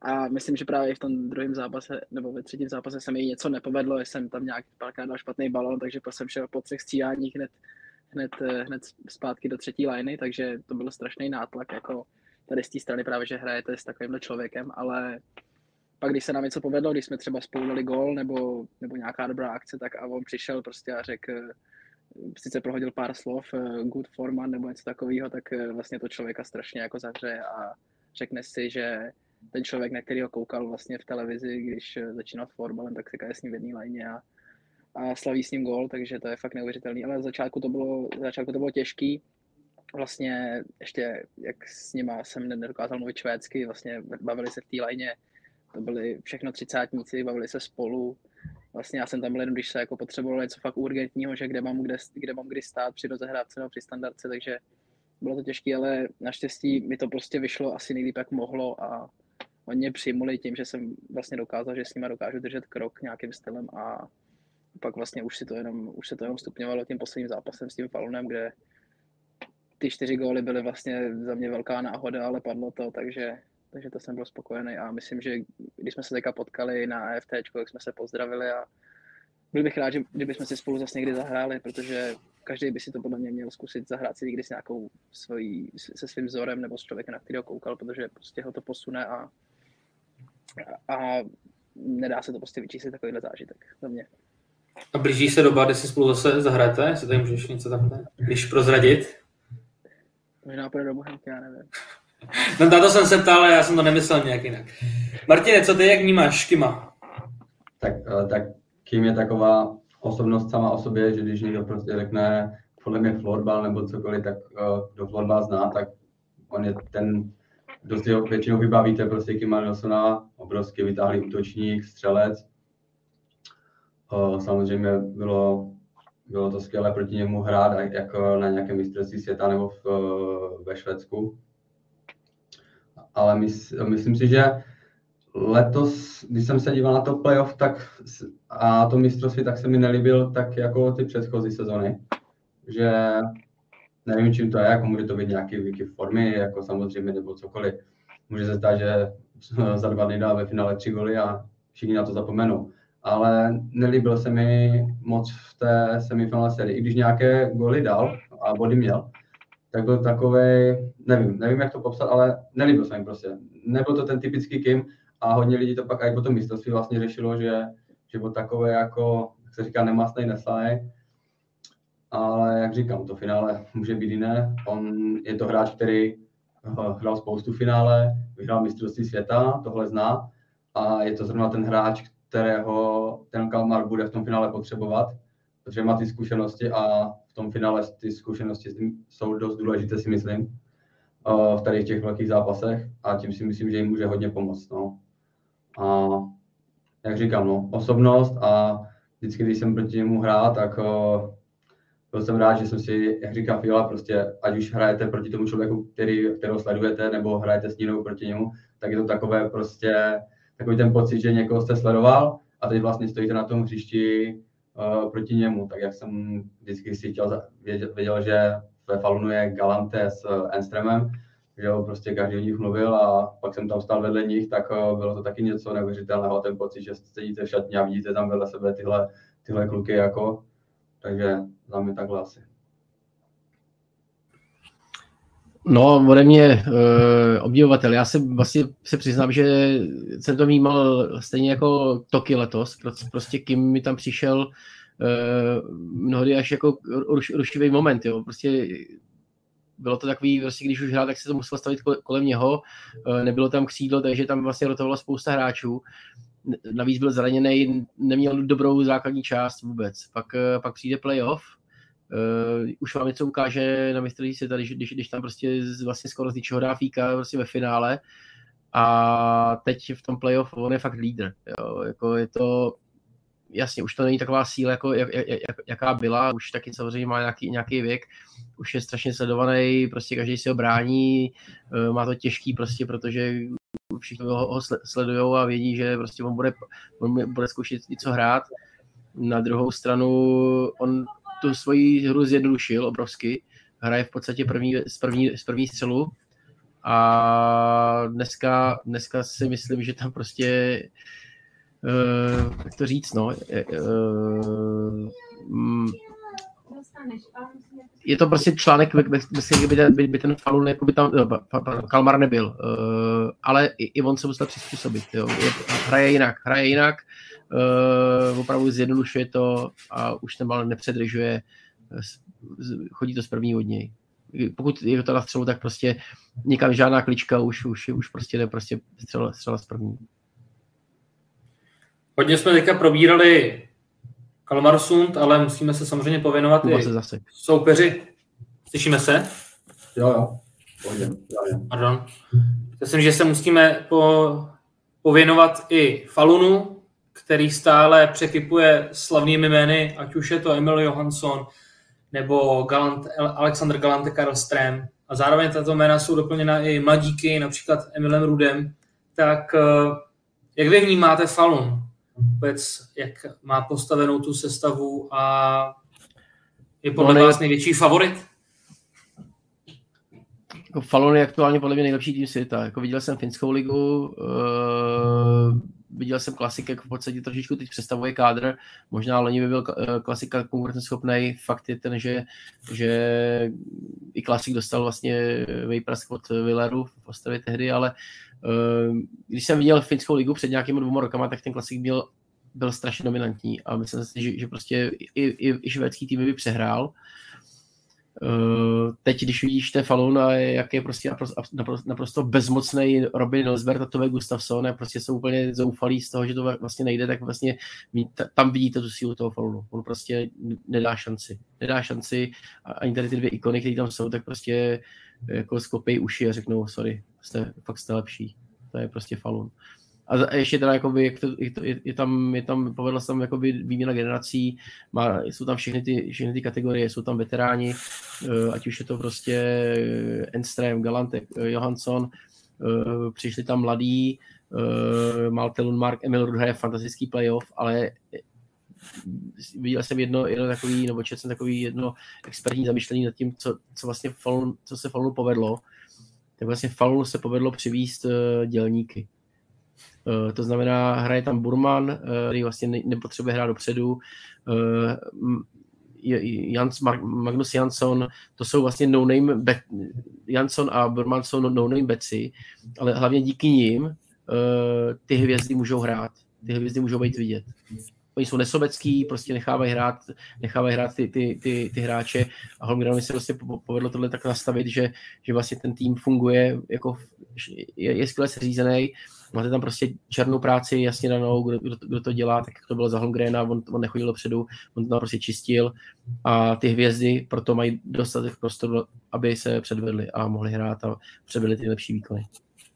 A myslím, že právě v tom druhém zápase, nebo ve třetím zápase se mi něco nepovedlo, jsem tam nějak párkrát dal špatný balon, takže pak jsem šel po třech střídáních hned, hned, hned zpátky do třetí liney, takže to byl strašný nátlak, jako tady z té strany právě, že hrajete s takovýmhle člověkem, ale pak když se nám něco povedlo, když jsme třeba spolu dali gól nebo, nebo nějaká dobrá akce, tak a on přišel prostě a řekl, sice prohodil pár slov, good forman nebo něco takového, tak vlastně to člověka strašně jako zahřeje a řekne si, že ten člověk, na kterýho koukal vlastně v televizi, když začínal s fotbalem, tak se je s ním v jedné lajně a, a slaví s ním gól, takže to je fakt neuvěřitelný. Ale z začátku to bylo, z začátku to bylo těžký. Vlastně ještě, jak s nima jsem nedokázal mluvit švédsky, vlastně bavili se v té lajně, to byli všechno třicátníci, bavili se spolu. Vlastně já jsem tam byl jenom, když se jako potřeboval něco fakt urgentního, že kde mám, kde, kde mám kdy stát při rozehrávce nebo při standardce, takže bylo to těžké, ale naštěstí mi to prostě vyšlo asi nejlíp, jak mohlo a oni mě přijmuli tím, že jsem vlastně dokázal, že s nima dokážu držet krok nějakým stylem a pak vlastně už si to jenom, už se to jenom stupňovalo tím posledním zápasem s tím Falunem, kde ty čtyři góly byly vlastně za mě velká náhoda, ale padlo to, takže, takže to jsem byl spokojený a myslím, že když jsme se teďka potkali na E F T, jak jsme se pozdravili a byl bych rád, že kdybychom si spolu zase někdy zahráli, protože každý by si to podle mě měl zkusit zahrát si někdy s nějakou svojí, se svým vzorem nebo s člověkem, na kterého koukal, protože prostě ho to posune a, a nedá se to prostě vyčíslit takovýhle zážitek za mě. A blíží se doba, kdy si spolu zase zahrajete? Jestli tady můžeš něco takhle, když prozradit? Možná půjde do Bohemky, já nevím. No na to jsem se ptal, ale já jsem to nemyslel nějak jinak. Martine, co ty, jak vnímáš Kima? Tak, tak Kim je taková osobnost sama o sobě, že když někdo prostě řekne podle mě florbal nebo cokoliv, tak kdo florbal zná, tak on je ten, kdo si ho většinou vybavíte, prostě Kima Nilssona, obrovský vytáhlý útočník, střelec. Samozřejmě bylo, bylo to skvělé proti němu hrát, jako na nějakém mistrovství světa nebo v, ve Švédsku. Ale mys, myslím si, že letos, když jsem se díval na to playoff tak, a to mistrovství, tak se mi nelíbil tak jako ty předchozí sezony. Že nevím, čím to je, jako může to být nějaký výkyv formy, jako samozřejmě nebo cokoliv. Může se stát, že za dva dny dá ve finále tři góly a všichni na to zapomenou. Ale nelíbil se mi moc v té semifinální sérii. I když nějaké góly dal a body měl, tak byl takovej, nevím, nevím jak to popsat, ale nelíbil se mi prostě. Nebyl to ten typický Kim a hodně lidí to pak i po tom mistrovství vlastně řešilo, že, že byl takový jako, jak se říká, nemastnej, neslaj. Ale jak říkám, to finále může být jiné. On je to hráč, který hrál spoustu finále, vyhrál mistrovství světa, tohle zná a je to zrovna ten hráč, kterého ten Kalmar bude v tom finále potřebovat, protože má ty zkušenosti a v tom finále ty zkušenosti jsou dost důležité, si myslím, v tady těch velkých zápasech a tím si myslím, že jim může hodně pomoct. No. A jak říkám, no, osobnost a vždycky, když jsem proti němu hrál, tak byl jsem rád, že jsem si, jak říká Fila, prostě ať už hrajete proti tomu člověku, který, kterého sledujete, nebo hrajete s ním proti němu, tak je to takové prostě takový ten pocit, že někoho jste sledoval a teď vlastně stojíte na tom hřišti uh, proti němu. Tak jak jsem vždycky si chtěl, věděl, věděl že ve Falunu je Galante s uh, Enströmem, že jo, prostě každý o nich mluvil a pak jsem tam stál vedle nich, tak uh, bylo to taky něco neuvěřitelného, ten pocit, že sedíte v šatně a vidíte tam vedle sebe tyhle, tyhle kluky jako, takže za mě takhle asi. No, ode mě e, obdivovatel. Já se vlastně se přiznám, že jsem to vnímal stejně jako Toky letos. Prostě Kim mi tam přišel e, mnohdy až jako ruš, rušivý moment. Jo. Prostě bylo to takový, prostě, když už hrál, tak se to muselo stavit kolem něho. E, nebylo tam křídlo, takže tam vlastně rotovalo spousta hráčů. Navíc byl zraněný, neměl dobrou základní část vůbec. Pak, pak přijde playoff. Uh, už vám něco ukáže na mistrovství světa, když, když, když tam prostě vlastně skoro z ničeho dá fíka prostě ve finále a teď v tom playoff on je fakt lídr, jo, jako je to, jasně, už to není taková síla, jako jak, jak, jaká byla, už taky samozřejmě má nějaký, nějaký věk, už je strašně sledovaný, prostě každý si ho brání, uh, má to těžký prostě, protože všichni ho, ho sledujou a vědí, že prostě on bude, on bude zkoušet něco hrát. Na druhou stranu on tu svoji hru zjednodušil obrovsky, hraje v podstatě první, z, první, z první střelu A dneska, dneska si myslím, že tam prostě, uh, jak to říct, no, uh, um, je to prostě článek, by ten, by, by ten Falun, jako by tam, pardon, Kalmar nebyl, uh, ale i, i on se musel přizpůsobit, jo. Je, hraje jinak, hraje jinak, uh, opravdu zjednodušuje to a už ten balon nepředržuje, chodí to z první od něj. Pokud je to na střelu, tak prostě nikam žádná klička, už, už, už prostě jde prostě střela, střela z první. Hodně jsme teďka probírali Kalmarsund, ale musíme se samozřejmě pověnovat Kuba i se zase. soupeři. Slyšíme se? Jo, jo. Pojďme. Pardon. Myslím, že se musíme po, pověnovat i Falunu, který stále překypuje slavnými jmény, ať už je to Emil Johansson nebo Galant, Alexander Galante Karlström. A zároveň tato jména jsou doplněna i mladíky, například Emilem Rudem. Tak jak vy vnímáte Falun? Vůbec, jak má postavenou tu sestavu a je podle no, vás největší favorit? Jako Falun je aktuálně podle mě nejlepší tým světa. Jako viděl jsem finskou ligu, uh, viděl jsem Klasik, jak v podstatě trošičku teď představuje kádr. Možná loni by byl Klasika konkurenceschopný. Fakt je ten, že, že i Klasik dostal vlastně vejprask od Villeru v postavě tehdy, ale uh, když jsem viděl finskou ligu před nějakými dvěma rokama, tak ten Klasik byl, byl strašně dominantní a myslím si, že, že prostě i, i, i švédský tým by přehrál. Uh, teď, když vidíš ten Falun a jak je prostě naprosto, naprosto, naprosto bezmocný Robin Nilsberg a Tove Gustafsson a prostě jsou úplně zoufalí z toho, že to vlastně nejde, tak vlastně tam vidíte tu sílu toho Falunu. On prostě nedá šanci. Nedá šanci a ani tady ty dvě ikony, které tam jsou, tak prostě jako skopej uši a řeknou sorry, jste, fakt jste lepší. To je prostě Falun. A ještě teda jakoby, jak to, je, to, je, je, tam, je tam, povedla se tam jakoby výměna generací, má, jsou tam všechny ty, všechny ty kategorie, jsou tam veteráni, ať už je to prostě Enström, Galante, Johansson, přišli tam mladí, Malte Lundmark, Emil Rud hraje fantastický playoff, ale viděl jsem jedno, jedno takový, nebo četl jsem takový jedno expertní zamyšlení nad tím, co, co vlastně Falun, co se Falunu povedlo. Tak vlastně Falunu se povedlo přivést dělníky. Uh, to znamená, hraje tam Burman, uh, který vlastně ne, nepotřebuje hrát dopředu. Uh, Jans, Magnus Jansson, to jsou vlastně no-name bet, Jansson a Burman jsou no-name beci, ale hlavně díky nim uh, ty hvězdy můžou hrát. Ty hvězdy můžou být vidět. Oni jsou nesobecký, prostě nechávají hrát, nechávají hrát ty, ty, ty, ty hráče a Holmgrenovi se prostě povedlo tohle tak nastavit, že, že vlastně ten tým funguje, jako je, je skvěle seřízený. Máte tam prostě černou práci jasně danou, kdo, kdo, kdo to dělá, tak to bylo za Holmgrena, on, on nechodil dopředu, on to tam prostě čistil a ty hvězdy proto mají dostatek prostoru, aby se předvedli a mohli hrát a předvedli ty lepší výkony.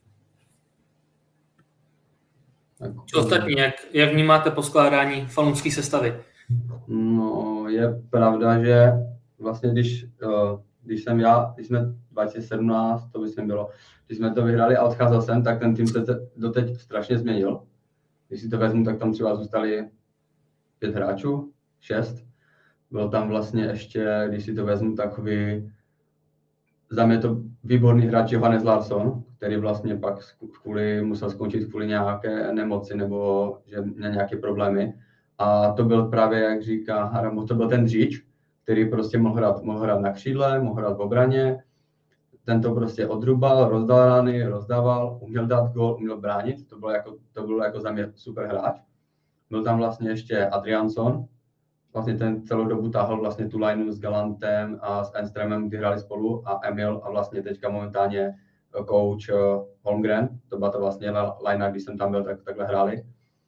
Co ostatní, jak, jak vnímáte poskládání falunské sestavy? No, je pravda, že vlastně když, když jsem já, když jsme dva tisíce sedmnáct, to myslím bylo, když jsme to vyhráli a odcházel jsem, tak ten tým se doteď strašně změnil. Když si to vezmu, tak tam třeba zůstali pět hráčů, šest. Byl tam vlastně ještě, když si to vezmu, takový, za mě to výborný hráč Johannes Larsson, který vlastně pak kvůli, musel skončit kvůli nějaké nemoci nebo že měl nějaké problémy. A to byl právě, jak říká Haramo, to byl ten dříč, který prostě mohl hrát, mohl hrát na křídle, mohl hrát v obraně. Ten to prostě odrubal, rozdal rány, rozdával, uměl dát gól, uměl bránit. To bylo jako, to bylo jako za mě super hráč. Byl tam vlastně ještě Adriansson. Vlastně ten celou dobu táhl vlastně tu lineu s Galantem a s Enströmem, kdy hráli spolu, a Emil a vlastně teďka momentálně coach Holmgren. To byla to vlastně linea, když jsem tam byl, tak takhle hráli.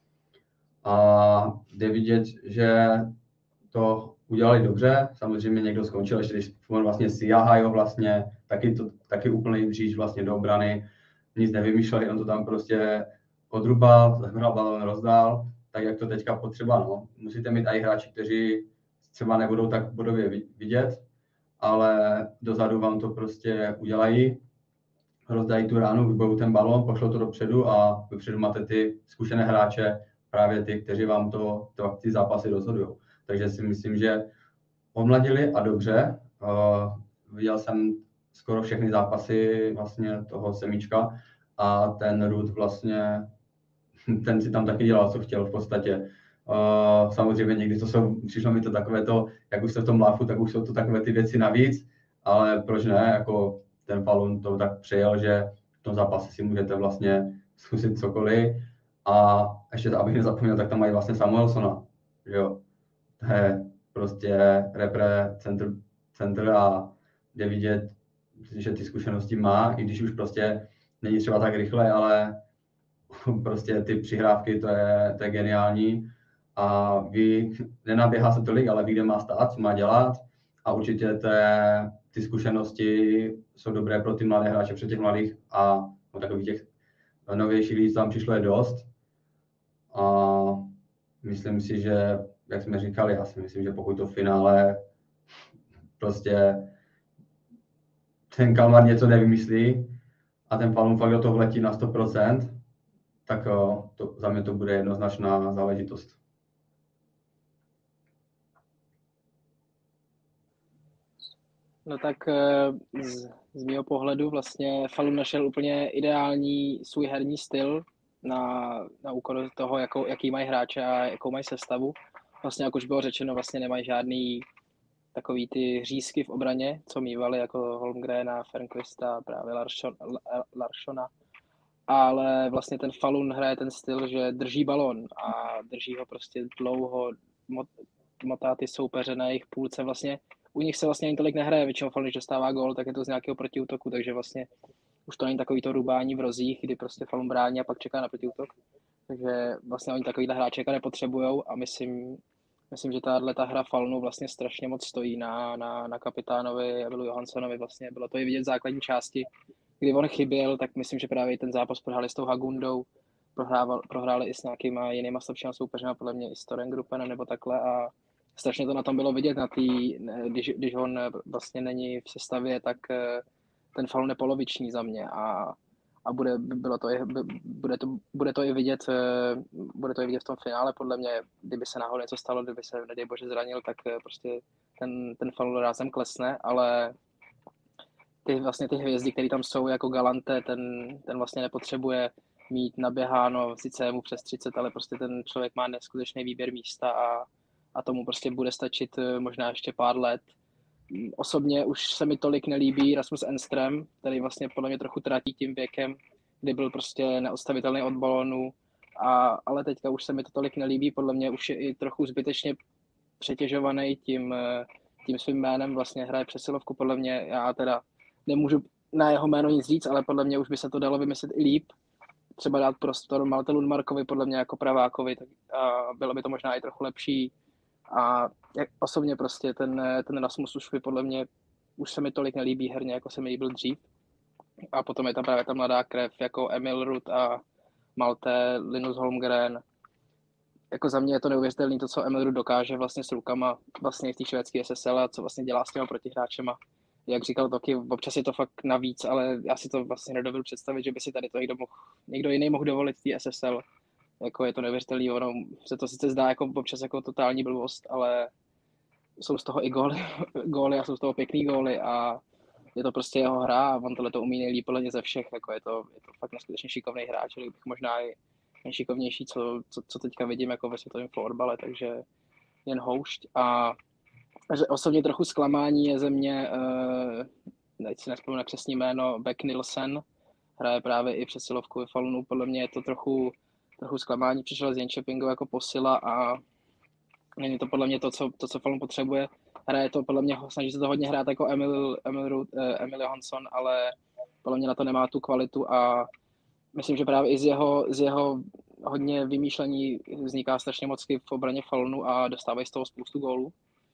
A jde vidět, že to udělali dobře. Samozřejmě někdo skončil, ještě když vlastně Siahajo vlastně, taky, to, taky úplný dříč vlastně do obrany. Nic nevymýšleli, on to tam prostě odrubal, zahrál balón, rozdál. Tak jak to teďka potřeba, no. Musíte mít i hráči, kteří třeba nebudou tak bodově vidět, ale dozadu vám to prostě udělají, rozdají tu ránu, vybojou ten balón, pošlou to dopředu a dopředu máte ty zkušené hráče, právě ty, kteří vám to, to ty zápasy rozhodují. Takže si myslím, že omladili a dobře. Uh, viděl jsem skoro všechny zápasy vlastně toho semíčka a ten Ruud vlastně, ten si tam taky dělal, co chtěl v podstatě. Uh, samozřejmě někdy to jsou, přišlo mi to takové to, jak už jste v tom láfu, tak už jsou to takové ty věci navíc, ale proč ne, jako ten Falun to tak přejel, že v tom zápase si můžete vlastně zkusit cokoliv. A ještě, abych nezapomněl, tak tam mají vlastně Samuelsona, že jo. To je prostě repre centr, centr a jde vidět, že ty zkušenosti má, i když už prostě není třeba tak rychle, ale prostě ty přihrávky, to je, to je geniální. A ví, nenaběhá se tolik, ale ví, kde má stát, co má dělat. A určitě té, ty zkušenosti jsou dobré pro ty mladé hráče, pro těch mladých a no, takových těch novějších lidí tam přišlo je dost. A myslím si, že, jak jsme říkali, já si myslím, že pokud to v finále prostě ten Kalmar něco nevymyslí a ten Falun fakt do toho vletí na sto procent, tak to, za mě to bude jednoznačná záležitost. No tak z, z mého pohledu vlastně Falun našel úplně ideální svůj herní styl na, na úkor toho, jakou, jaký mají hráče a jakou mají sestavu. Vlastně, jak už bylo řečeno, vlastně nemají žádný takový ty řízky v obraně, co mívali jako Holmgrena, Fernquista, právě Larsson, Larssona. Ale vlastně ten Falun hraje ten styl, že drží balon a drží ho prostě dlouho, motá ty soupeře na jejich půlce. Vlastně u nich se vlastně ani tolik nehraje, většinou Falun, když dostává gól, tak je to z nějakého protiútoku, takže vlastně už to není takový to rubání v rozích, kdy prostě Falun brání a pak čeká na protiútok. Takže vlastně oni takovýhle hráčeka nepotřebujou a myslím, myslím, že tahle ta hra Falunu vlastně strašně moc stojí na, na, na kapitánovi Emilu Johanssonovi. Vlastně bylo to i vidět v základní části, kdy on chyběl, tak myslím, že právě ten zápas prohráli s tou Hagundou, prohrával, prohráli i s nějakýma jinýma slabšíma soupeřima, podle mě i s Torengrupenem nebo takhle a strašně to na tom bylo vidět, na tý, když, když on vlastně není v sestavě, tak ten Falun je poloviční za mě a, a bude, bylo to, bude, to, bude, to i vidět, bude to i vidět v tom finále, podle mě, kdyby se náhodou něco stalo, kdyby se, nedej bože, zranil, tak prostě ten, ten Falun rázem klesne, ale ty vlastně ty hvězdy, které tam jsou jako Galante, ten, ten vlastně nepotřebuje mít naběháno, sice je mu přes třicet, ale prostě ten člověk má neskutečný výběr místa a, a tomu prostě bude stačit možná ještě pár let. Osobně už se mi tolik nelíbí Rasmus Enström, který vlastně podle mě trochu tratí tím věkem, kdy byl prostě neodstavitelný od balónu, a, ale teďka už se mi to tolik nelíbí, podle mě už je i trochu zbytečně přetěžovaný tím, tím svým jménem, vlastně hraje přesilovku, podle mě, já teda nemůžu na jeho jméno nic říct, ale podle mě už by se to dalo vymyslet i líp. Třeba dát prostor Malte Lundmarkovi, podle mě jako pravákovi, tak a bylo by to možná i trochu lepší. A jak osobně prostě ten, ten Rasmus už by podle mě, už se mi tolik nelíbí herně, jako se mi líbil dřív. A potom je tam právě ta mladá krev, jako Emil Ruud a Malte, Linus Holmgren. Jako za mě je to neuvěřitelné to, co Emil Ruud dokáže vlastně s rukama vlastně v té švédské S S L a co vlastně dělá s těma protihráčema. Jak říkal Toky, občas je to fakt navíc, ale já si to vlastně nedovedl představit, že by si tady to někdo, mohl, někdo jiný mohl dovolit v té S S L. Jako je to neuvěřitelný, ono se to sice zdá jako občas jako totální blbost, ale jsou z toho i góly, góly a jsou z toho pěkný góly a je to prostě jeho hra a on tohle to umí nejlíp podle ze všech, jako je to, je to fakt neskutečně šikovný hráč, ale bych možná i nejšikovnější, co, co, co teďka vidím jako ve světovém florbale, takže jen houšť. A osobně trochu zklamání je ze mě, uh, teď si nespomínám křestní jméno, Beck Nielsen, hraje právě i přesilovku ve Falunu, podle mě je to trochu, trochu zklamání, přišel z Jönköpingu jako posila a není to podle mě to, co, to, co Falun potřebuje. Hraje to podle mě, snaží se to hodně hrát jako Emil, Emil, uh, Emil Johansson, ale podle mě na to nemá tu kvalitu a myslím, že právě i z jeho, z jeho hodně vymýšlení vzniká strašně moc v obraně Falunu a dostávají z toho spoustu gólů.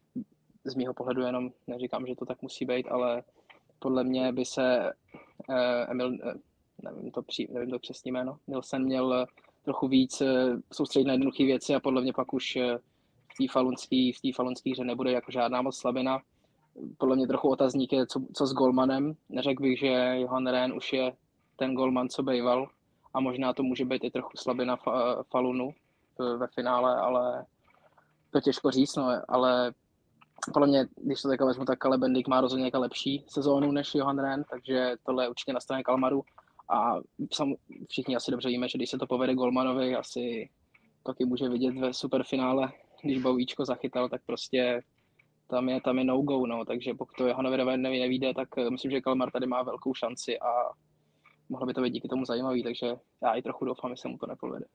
Z mýho pohledu jenom neříkám, že to tak musí být, ale podle mě by se uh, Emil, uh, nevím to, pří, nevím to přesně jméno, Nielsen měl uh, trochu víc uh, soustředit na jednoduché věci a podle mě pak už uh, v té falunské v té falunské hře nebude jako žádná moc slabina. Podle mě trochu otazník je, co, co s golmanem. Neřekl bych, že Johan Rehn už je ten golman, co bejval a možná to může být i trochu slabina fa, Falunu ve finále, ale to těžko říct, no, ale podle mě, když to takhle vezmu, tak Kalle Bendik má rozhodně jako lepší sezónu než Johan Rehn, takže tohle je určitě na straně Kalmaru. A sam, všichni asi dobře víme, že když se to povede Golmanovi, asi taky může vidět ve superfinále, když Bouvíčko zachytal, tak prostě tam je, tam je no-go, no. Takže pokud to Johanovi Rehnovi nevíde, tak myslím, že Kalmar tady má velkou šanci a mohlo by to být díky tomu zajímavý, takže já i trochu doufám, že se mu to nepovede.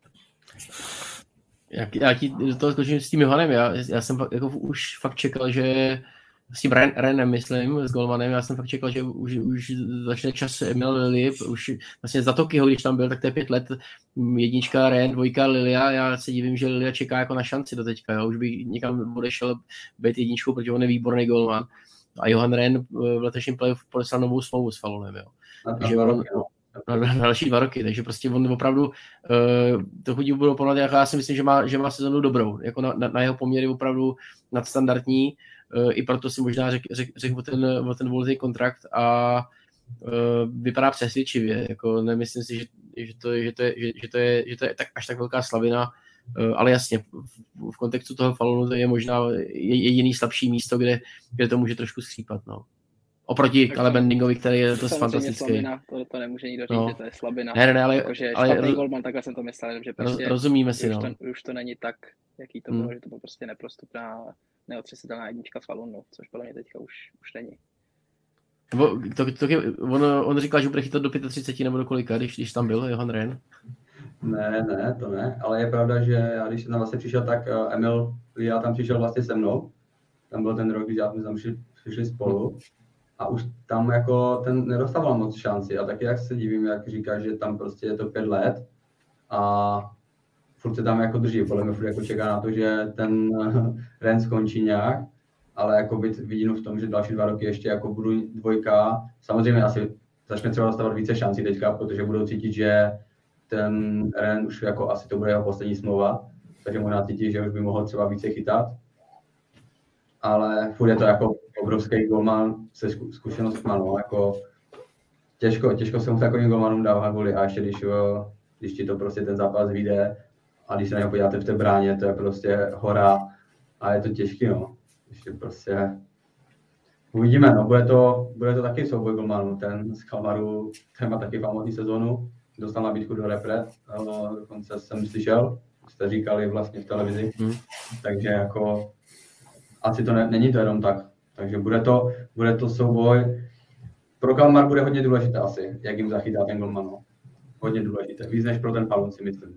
Já, já ti do toho skočím s tím Johanem, já, já jsem jako už fakt čekal, že s tím Renem, myslím, s Golmanem, já jsem fakt čekal, že už, už začne čas Emil Lili, už vlastně za Tokyho, když tam byl, tak to je pět let, jednička Ren, dvojka Lilia, já se divím, že Lilia čeká jako na šanci do teďka, jo? Už by někam odešel být jedničkou, protože on je výborný golman. A Johan Rehn v letošním playoff podepsal novou smlouvu s Falunem, jo. Takže on, na, na další dva roky, takže prostě on opravdu uh, to chodí budou ponad, já si myslím, že má, že má sezonu dobrou, jako na, na, na jeho poměry opravdu nadstandardní, uh, i proto si možná řekl řek, řek o ten, o ten volný kontrakt a uh, vypadá přesvědčivě, jako nemyslím si, že, že, to, že, to je, že, že, to je, že to je tak, až tak velká slabina, uh, ale jasně, v, v kontextu toho Falunu to je možná jediný slabší místo, kde, kde to může trošku skřípat, no. Oproti Kalle Bendingovi, který je to fantastický. Slabina, to, to nemůže nikdo říct, no. Že to je slabina. Ne, ne, ale, Jakože ale špatný golman, takhle jsem to myslel, že prostě rozumíme si, už, no. to, už to není tak, jaký to bylo, hmm. že to bylo prostě neprostupná, neotřesitelná jednička Falunu, což podle mě teďka už, už není. To, to, to, on, on říkal, že bude chytat do třicet pět nebo do kolika, když, když tam byl Johan Rehn? Ne, ne, to ne, ale je pravda, že já když jsem tam vlastně přišel, tak Emil Lia tam přišel vlastně se mnou, tam byl ten rok, když jsme tam přišli, přišli spolu. A už tam jako ten nedostával moc šanci a taky jak se divím, jak říká, že tam prostě je to pět let a furt se tam jako drží, podle mě furt jako čeká na to, že ten Ren skončí nějak, ale jako vidím v tom, že další dva roky ještě jako budu dvojka, samozřejmě asi začne třeba dostávat více šancí teďka, protože budou cítit, že ten Ren už jako asi to bude jeho poslední smlouva, takže možná cítí, že už by mohl třeba více chytat. Ale furt je to jako obrovský golman se zkušenostmi, no, jako těžko, těžko se mu takovým golmanům dávat goly a ještě když, jo, když ti to prostě ten zápas vyjde a když se na něho podíváte v té bráně, to je prostě hora a je to těžký, no. Ještě prostě uvidíme, no, bude to, bude to taky souboj golmanů, ten z Kalmaru, ten má taky famózní sezónu, dostal nabídku do repre, no, dokonce jsem slyšel, jste říkali vlastně v televizi, hmm. takže jako asi to ne, není to jenom tak, takže bude to, bude to souboj. Pro Kalmar bude hodně důležité asi, jak jim zachytá ten golman, no. Hodně důležité, víc než pro ten Falun si myslím.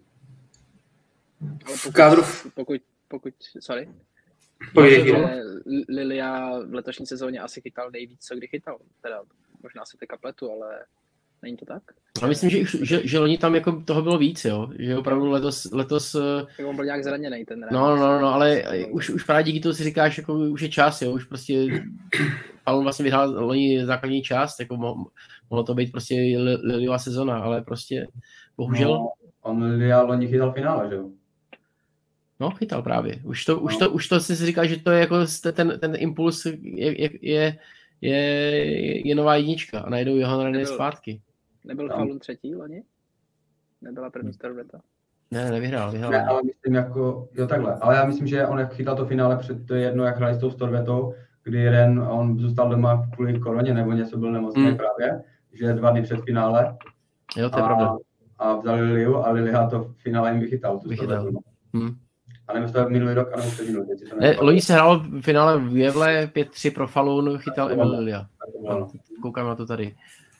Ale pokud, Kádru... pokud, pokud, sorry. Pojď, Lilia v letošní sezóně asi chytal nejvíc, co kdy chytal, teda možná si teďka pletu, ale není to tak? Já myslím, že, že, že loni tam jako toho bylo víc, jo, že opravdu letos... letos tak on byl nějak zraněný ten no, no, no, no, ale už, už právě díky tomu si říkáš, jako už je čas, jo, už prostě Falun vlastně vyhrál loni základní část, jako mo, mohlo to být prostě Liliová sezona, ale prostě bohužel... No, on Lilia loni chytal finále, že jo? No, chytal právě. Už to, no. už to, už to si říká, že to je jako ten, ten impuls je, je, je, je, je nová jednička a najdou Johan Rehn zpátky. Nebyl no. Falun třetí loni? Nebyla první starobeta? Ne, nevyhrál, vyhrál. Ne, ale myslím jako, jo takhle, ale já myslím, že on jak chytal to finále před to jedno, jak hráli s tou Storvetou, kdy Ren, on zůstal doma kvůli koroně, nebo něco byl nemocný hmm. právě, že dva dny před finále. Jo, to je a, pravda. A vzali Liliu a Lilia to v finále jim vychytal. Vychytal. Hmm. A nebo to minulý rok, a nebo to minulý. Loni se hrálo v finále v Jevle pět tři pro Falun, chytal Emil Lilia. Koukám na to tady.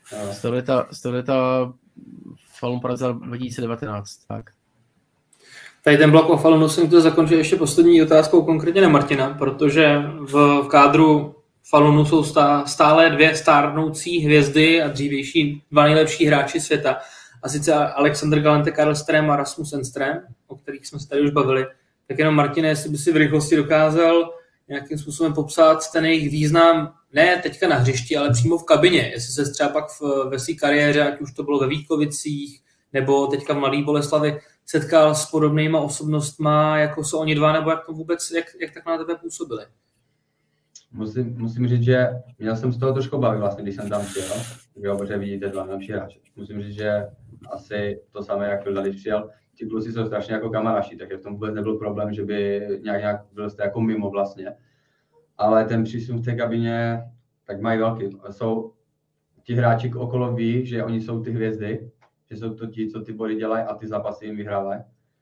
Z tohleta Falun porazil dva tisíce devatenáct, tak. Tady ten blok o Falunu jsem to zakončil ještě poslední otázkou konkrétně na Martina, protože v, v kádru Falunu jsou stá, stále dvě stárnoucí hvězdy a dřívější dva nejlepší hráči světa. A sice Alexander Galante Karlström a Rasmus Enström, o kterých jsme se tady už bavili. Tak jenom Martine, jestli by si v rychlosti dokázal nějakým způsobem popsat ten jejich význam, ne teďka na hřišti, ale přímo v kabině. Jestli se třeba pak v, ve své kariéře, ať už to bylo ve Vítkovicích, nebo teďka v Mladý Boleslavi, setkal s podobnýma osobnostma, jako jsou oni dva, nebo jak to vůbec, jak, jak tak na tebe působili? Musím, musím říct, že měl jsem z toho trošku bavit vlastně, když jsem tam přijel, že jo, protože vidíte dva nejlepší hráče. Musím říct, že asi to samé, jak byl když přijel, ti kluci jsou strašně jako kamaráši, takže v tom vůbec nebyl problém, že by nějak, nějak byl jste jako mimo vlastně. ale ten přístup v té kabině tak mají velký. Jsou ti hráči okolo ví, že oni jsou ty hvězdy, že jsou to ti, co ty body dělají a ty zápasy jim vyhrávají.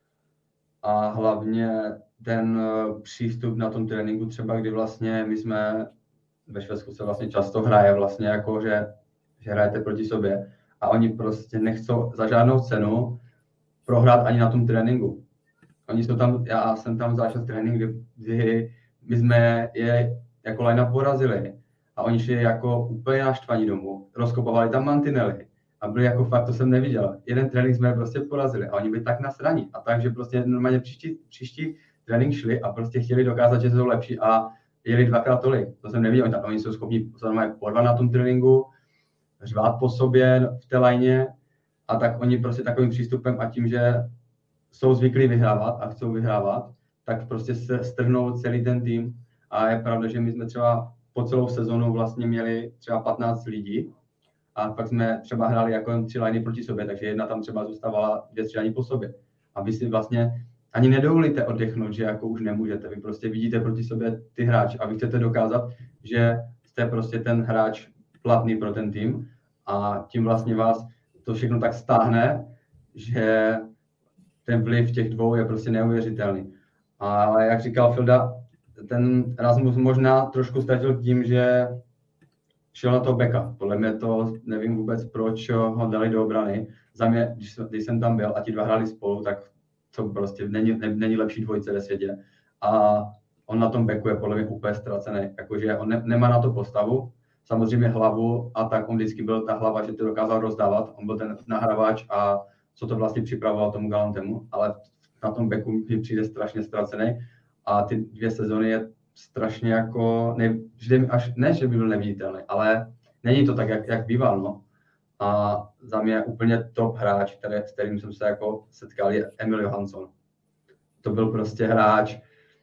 A hlavně ten přístup na tom tréninku třeba, kdy vlastně my jsme ve Švédsku se vlastně často hraje vlastně jako, že, že hrajete proti sobě a oni prostě nechcou za žádnou cenu prohrát ani na tom tréninku. Oni jsou tam, já jsem tam začal trénink, kdy, kdy my jsme je jako line-up porazili a oni šli jako úplně naštvaní domů, rozkopovali tam mantinely a byli jako fakt, to jsem neviděl. Jeden trénink jsme prostě porazili a oni byli tak nasraní a takže prostě normálně příští, příští trénink šli a prostě chtěli dokázat, že jsou lepší a jeli dvakrát tolik. To jsem neviděl, tak oni jsou schopni se normálně porvat na tom tréninku, řvát po sobě v té lajně a tak oni prostě takovým přístupem a tím, že jsou zvyklí vyhrávat a chcou vyhrávat, tak prostě se strhnou celý ten tým a je pravda, že my jsme třeba po celou sezonu vlastně měli třeba patnáct lidí a pak jsme třeba hráli jako tři liny proti sobě, takže jedna tam třeba zůstávala dvě, tři liny po sobě. A vy si vlastně ani nedovolíte oddechnout, že jako už nemůžete. Vy prostě vidíte proti sobě ty hráči a vy chcete dokázat, že jste prostě ten hráč platný pro ten tým a tím vlastně vás to všechno tak stáhne, že ten vliv těch dvou je prostě neuvěřitelný. Ale jak říkal Filda, ten Rasmus možná trošku ztratil tím, že šel na to backa. Podle mě to nevím vůbec, proč ho dali do obrany. Za mě, když, když jsem tam byl a ti dva hráli spolu, tak to prostě není, ne, není lepší dvojice ve světě. A on na tom backu je podle mě úplně ztracený. Jakože on ne, nemá na to postavu, samozřejmě hlavu a tak on vždycky byl ta hlava, že to dokázal rozdávat. On byl ten nahrávač a co to vlastně připravoval tomu Galantemu, ale na tom backu mi přijde strašně ztracený. A ty dvě sezony je strašně jako, ne, vždy až, ne, že by byl neviditelný, ale není to tak, jak, jak býval, no. A za mě úplně top hráč, který, s kterým jsem se jako setkal, je Emil Johansson. To byl prostě hráč,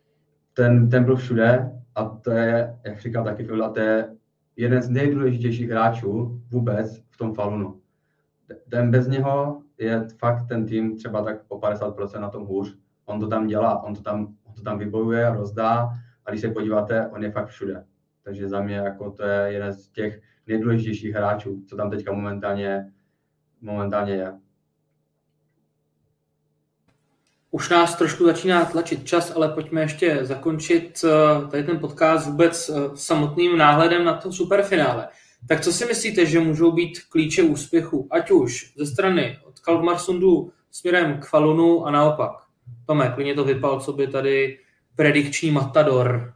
ten, ten byl všude a to je, jak říkal taky Filda, to je jeden z nejdůležitějších hráčů vůbec v tom Falunu. Ten bez něho je fakt ten tým třeba tak o padesát procent na tom hůř. On to tam dělá, on to tam, on to tam vybojuje, rozdá a když se podíváte, on je fakt všude. Takže za mě jako to je jeden z těch nejdůležitějších hráčů, co tam teďka momentálně, momentálně je. Už nás trošku začíná tlačit čas, ale pojďme ještě zakončit tady ten podcast vůbec samotným náhledem na to superfinále. Tak co si myslíte, že můžou být klíče úspěchu, ať už ze strany od Kalmarsundu směrem k Falunu a naopak? Tome, klidně to vypal, co by tady predikční matador.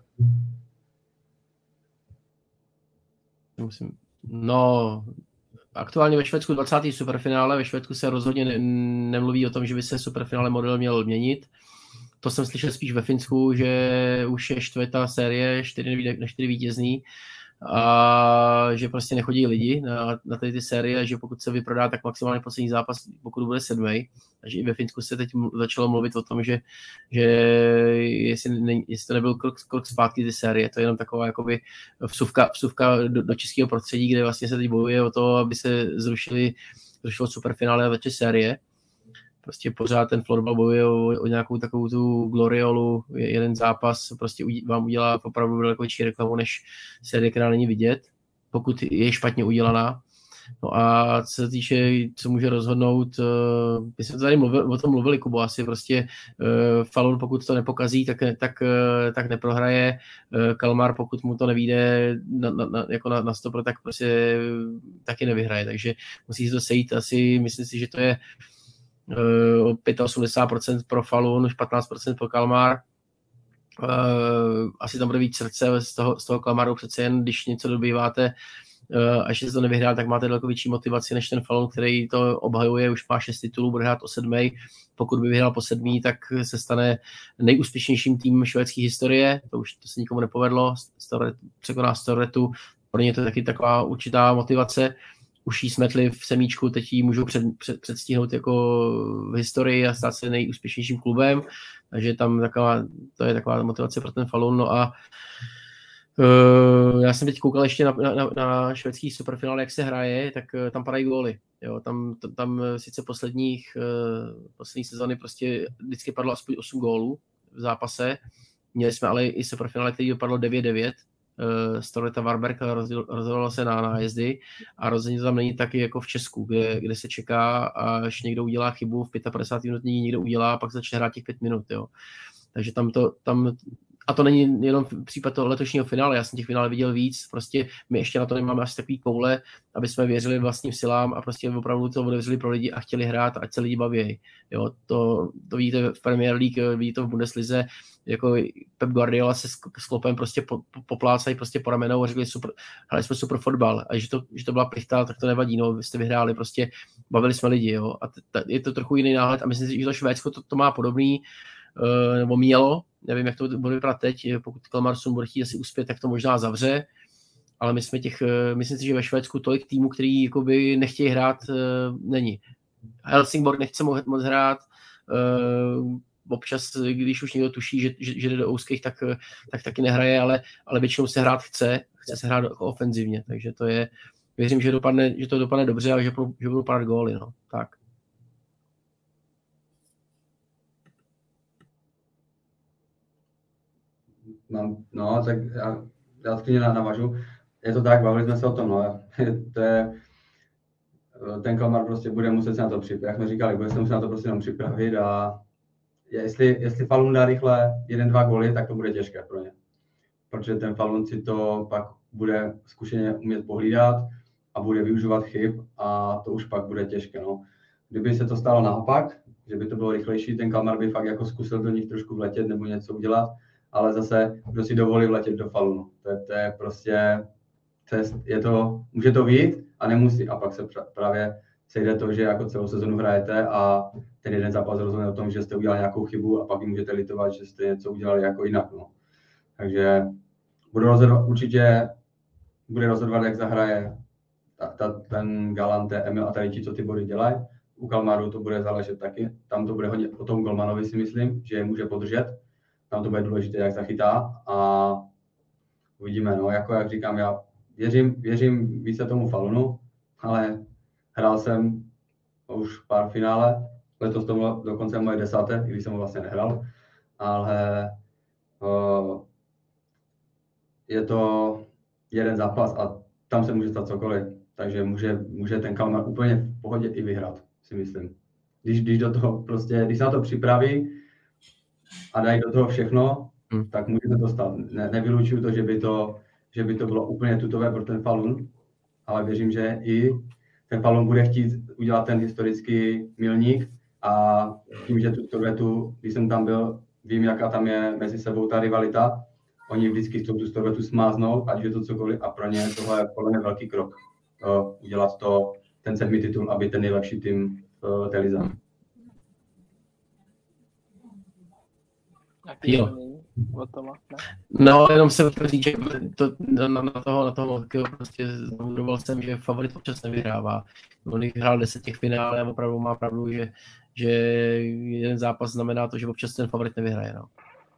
No, aktuálně ve Švédsku dvacátý superfinále, ve Švédsku se rozhodně ne- nemluví o tom, že by se superfinále model měl měnit. To jsem slyšel spíš ve Finsku, že už je čtvrtá série, čtyři na čtyři vítězný a že prostě nechodí lidi na, na tady ty série, že pokud se vyprodá, tak maximálně poslední zápas, pokud bude sedmý. Takže i ve Finsku se teď začalo mluvit o tom, že, že jestli, ne, jestli to nebyl krok, krok zpátky ty série, to je jenom taková jakoby vsuvka, vsuvka do, do českého prostředí, kde vlastně se teď bojuje o to, aby se zrušili, zrušilo superfinále a začaly série. Prostě pořád ten florbal bojuje o, o nějakou takovou tu gloriolu, jeden zápas prostě vám udělá opravdu daleko větší reklamu, než série, která není vidět, pokud je špatně udělaná. No a co se týče, co může rozhodnout, uh, my jsme tady mluvili, o tom mluvili, Kubo, asi prostě uh, Falun, pokud to nepokazí, tak, tak, uh, tak neprohraje, uh, Kalmar, pokud mu to nevyjde na, na, na, jako na, na sto procent, tak prostě taky nevyhraje, takže musí se to sejít asi, myslím si, že to je o osmdesát pět procent pro Falun, patnáct procent pro Kalmar. Uh, asi tam bude víc srdce z toho, z toho Kalmaru, přece jen, když něco dobýváte uh, a ještě se to nevyhrá, tak máte daleko větší motivaci než ten Falun, který to obhajuje, už má šest titulů, bude hrát o sedmý. Pokud by vyhrál po sedmý, tak se stane nejúspěšnějším týmem švédské historie, to už to se nikomu nepovedlo, překoná Storretu, pro ně to je taky taková určitá motivace. Už jí smetli v semíčku, teď ji můžou před, před, předstihnout jako v historii a stát se nejúspěšnějším klubem, takže tam taková, to je taková motivace pro ten Falun. No a uh, já jsem teď koukal ještě na, na, na švédský superfinále, jak se hraje, tak uh, tam padají góly. Jo, tam, tam, tam sice posledních, uh, poslední sezony prostě vždycky padlo aspoň osm gólů v zápase, Měli jsme ale i superfinále, který dopadlo devět devět. Storleta Varberg rozhodovalo se na nájezdy a rozhodně to tam není taky jako v Česku, kde, kde se čeká, až někdo udělá chybu v padesát pět minut, někdo udělá a pak začne hrát těch pět minut. Jo. Takže tam to, tam, a to není jenom případ toho letošního finále, já jsem těch finále viděl víc, prostě my ještě na to nemáme asi takový koule, aby jsme věřili vlastním silám a prostě opravdu to otevřeli pro lidi a chtěli hrát, ať se lidi baví. Jo, to, to vidíte v Premier League, vidíte to v Bundeslize, jako Pep Guardiola se s Kloppem prostě po, po, poplácají prostě po ramenou a řekli, super, hráli jsme super fotbal a že to, že to byla plichta, tak to nevadí, no, vy jste vyhráli, prostě bavili jsme lidi, jo, a t, t, je to trochu jiný náhled a myslím si, že to Švédsko to, to má podobný, uh, nebo mělo, nevím, jak to bude vypadat teď, pokud Kalmarsson bude chtít asi uspět, tak to možná zavře, ale my jsme těch, myslím si, že ve Švédsku tolik týmů, který jakoby nechtějí hrát, uh, není. Helsingborg nechce moc hrát, uh, občas, když už někdo tuší, že, že, že jde do úzkých, tak, tak taky nehraje, ale, ale většinou se hrát chce, chce se hrát jako ofenzivně, takže to je, věřím, že, dopadne, že to dopadne dobře a že, že budou padat góly, no, tak. Mám, no, tak já, já klidně navažu. Je to tak, bavili jsme se o tom, no, to je, ten Kalmar prostě bude muset se na to připravit, jak jsme říkali, bude se muset na to prostě jenom připravit a Jestli, jestli Falun dá rychle jeden, dva góly, tak to bude těžké pro ně. Protože ten Falun si to pak bude zkušeně umět pohlídat a bude využívat chyb a to už pak bude těžké. No. Kdyby se to stalo naopak, že by to bylo rychlejší, ten Kalmar by fakt jako zkusil do nich trošku vletět nebo něco udělat, ale zase, kdo si dovolí vletět do Falunu. To je, to je prostě, cest, je to, může to vyjít a nemusí a pak se právě sejde to, že jako celou sezonu hrajete a ten jeden zápas rozhodne o tom, že jste udělali nějakou chybu a pak můžete litovat, že jste něco udělali jako jinak. No. Takže budu rozhodovat, určitě bude rozhodovat, jak zahraje ta, ta, ten Galante, Emil a tady ti, co ty body dělají. U Kalmaru to bude záležet taky. Tam to bude hodně o tom golmanovi, si myslím, že je může podržet. Tam to bude důležité, jak zachytá a uvidíme. No. Jako jak říkám, já věřím, věřím více tomu Falunu, ale hrál jsem už pár finále, letos to bylo dokonce moje desáté, i když jsem ho vlastně nehrál, ale uh, je to jeden zápas a tam se může stát cokoliv, takže může, může ten Kalmar úplně v pohodě i vyhrát, si myslím. Když, když do toho prostě, když se na to připraví a dají do toho všechno, hmm. tak může to stát. Ne, nevylučuju to, že by to, že by to bylo úplně tutové pro ten Falun, ale věřím, že i ten Falun bude chtít udělat ten historický milník a tím, že tu Storvetu, když jsem tam byl, vím, jaká tam je mezi sebou ta rivalita, oni vždycky chcou tu Storvetu smáznout, ať je to cokoliv a pro ně tohle je podle mě velký krok. Uh, udělat to, ten sedmý titul, aby ten nejlepší tým v té lize. Jo. No, jenom jsem chtěl říct, že to, na, na toho, na toho prostě zabudoval jsem, že favorit občas nevyhrává. On jich hrál deset těch finále a opravdu má pravdu, že, že jeden zápas znamená to, že občas ten favorit nevyhraje. No.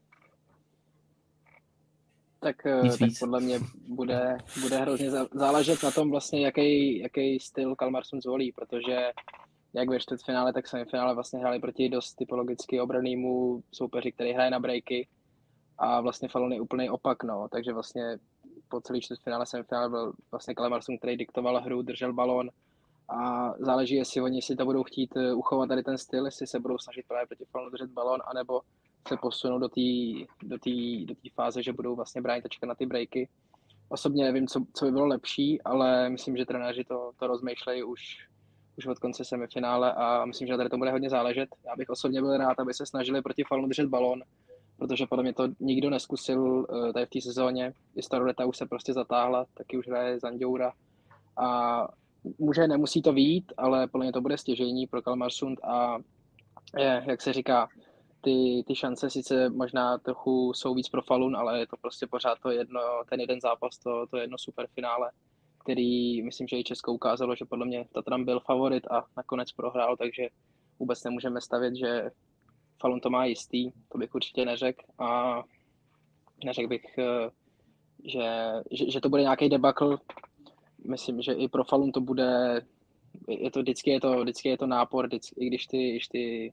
Tak, tak podle mě bude, bude hrozně záležet na tom vlastně, jaký, jaký styl Kalmarsson zvolí, protože jak ve čtvrtfinále, tak semifinále vlastně hráli proti dost typologicky obrannému soupeři, který hraje na breaky a vlastně Falun je úplný opak, no, takže vlastně po celý čtvrtfinále, semifinále byl vlastně Kalmarsson, který diktoval hru, držel balón a záleží, jestli oni si to budou chtít uchovat tady ten styl, jestli se budou snažit právě proti Falunu držet balón, anebo se posunou do té do té do té fáze, že budou vlastně bránit a čekat na ty breaky. Osobně nevím, co, co by bylo lepší, ale myslím, že trenéři to, to rozmýšlejí už už od konce semifinále a myslím, že tady to bude hodně záležet. Já bych osobně byl rád, aby se snažili proti Falunu držet balón, protože podle mě to nikdo neskusil tady v té sezóně. I Storleta už se prostě zatáhla, taky už hraje Zanděura a může, nemusí to vyjít, ale podle mě to bude stěžejní pro Kalmarsund a je, jak se říká, ty, ty šance sice možná trochu jsou víc pro Falun, ale je to prostě pořád to jedno, ten jeden zápas, to, to jedno superfinále, který myslím, že i Česko ukázalo, že podle mě Tatran byl favorit a nakonec prohrál, takže vůbec nemůžeme stavět, že Falun to má jistý, to bych určitě neřekl a neřekl bych, že, že, že to bude nějaký debakl. Myslím, že i pro Falun to bude, je to vždycky je to, vždycky je to nápor, vždycky, i když ty, když ty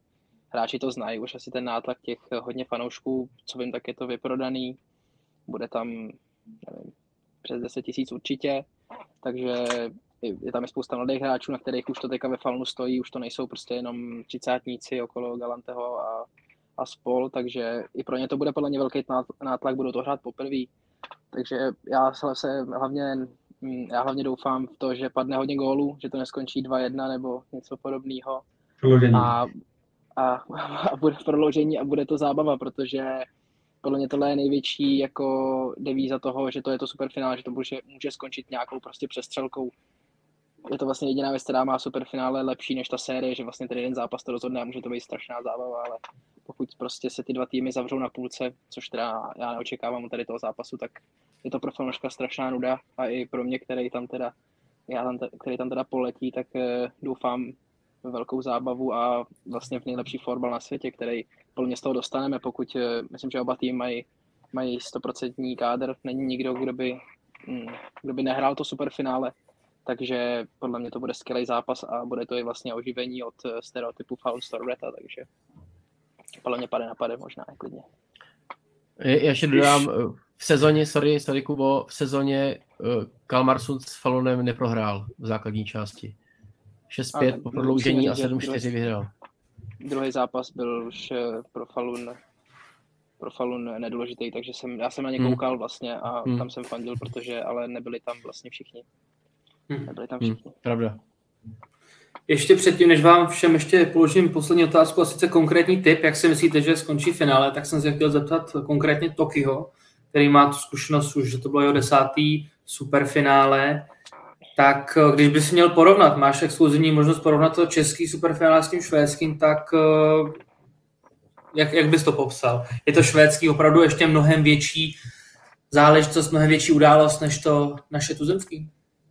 hráči to znají, už asi ten nátlak těch hodně fanoušků, co vím, tak je to vyprodaný, bude tam, nevím, přes deset tisíc určitě, takže je tam spousta mladých hráčů, na kterých už to teďka ve Falunu stojí, už to nejsou prostě jenom třicátníci okolo Galanteho a, a spol, takže i pro ně to bude podle mě velký nátlak, budou to hrát poprvé, takže já se hlavně, já hlavně doufám v to, že padne hodně gólů, že to neskončí dva jedna nebo něco podobného. A, a, a bude prodloužení a bude to zábava, protože podle mě tohle je největší jako devíza toho, že to je to superfinále, že to může, může skončit nějakou prostě přestřelkou. Je to vlastně jediná věc, která má superfinále lepší než ta série, že vlastně ten jeden zápas to rozhodne a může to být strašná zábava, ale pokud prostě se ty dva týmy zavřou na půlce, což teda já neočekávám u tady toho zápasu, tak je to pro fanouška strašná nuda a i pro mě, který tam teda, já tam, který tam teda poletí, tak doufám ve velkou zábavu a vlastně v nejlepší fotbal na světě, který podle mě z toho dostaneme, pokud myslím, že oba týmy mají, mají stoprocentní kádr, není nikdo, kdo by, kdo by nehrál to superfinále, takže podle mě to bude skvělý zápas a bude to i vlastně oživení od stereotypu Falun Storvreta, takže podle mě pade na pade možná klidně. Já ještě dodám, v sezóně, sorry, sorry Kubo, v sezóně Kalmarsund s Falunem neprohrál v základní části. šest pět po prodloužení a sedm čtyři vyhrál. Druhý zápas byl už pro Falun, pro Falun nedůležitý, takže jsem, já jsem na ně koukal vlastně a hmm. tam jsem fandil, protože, ale nebyli tam vlastně všichni. Hmm. Nebyli tam všichni. Hmm. Pravda. Ještě předtím, než vám všem ještě položím poslední otázku, a sice konkrétní tip, jak si myslíte, že skončí finále, tak jsem se chtěl zeptat konkrétně Tokiho, který má tu zkušenost už, že to bylo jeho desátý superfinále. Tak když bys měl porovnat, máš exkluzivní možnost porovnat to český superfinále s tím švédským, tak jak, jak bys to popsal? Je to švédský opravdu ještě mnohem větší záležitost, mnohem větší událost než to naše tuzemský?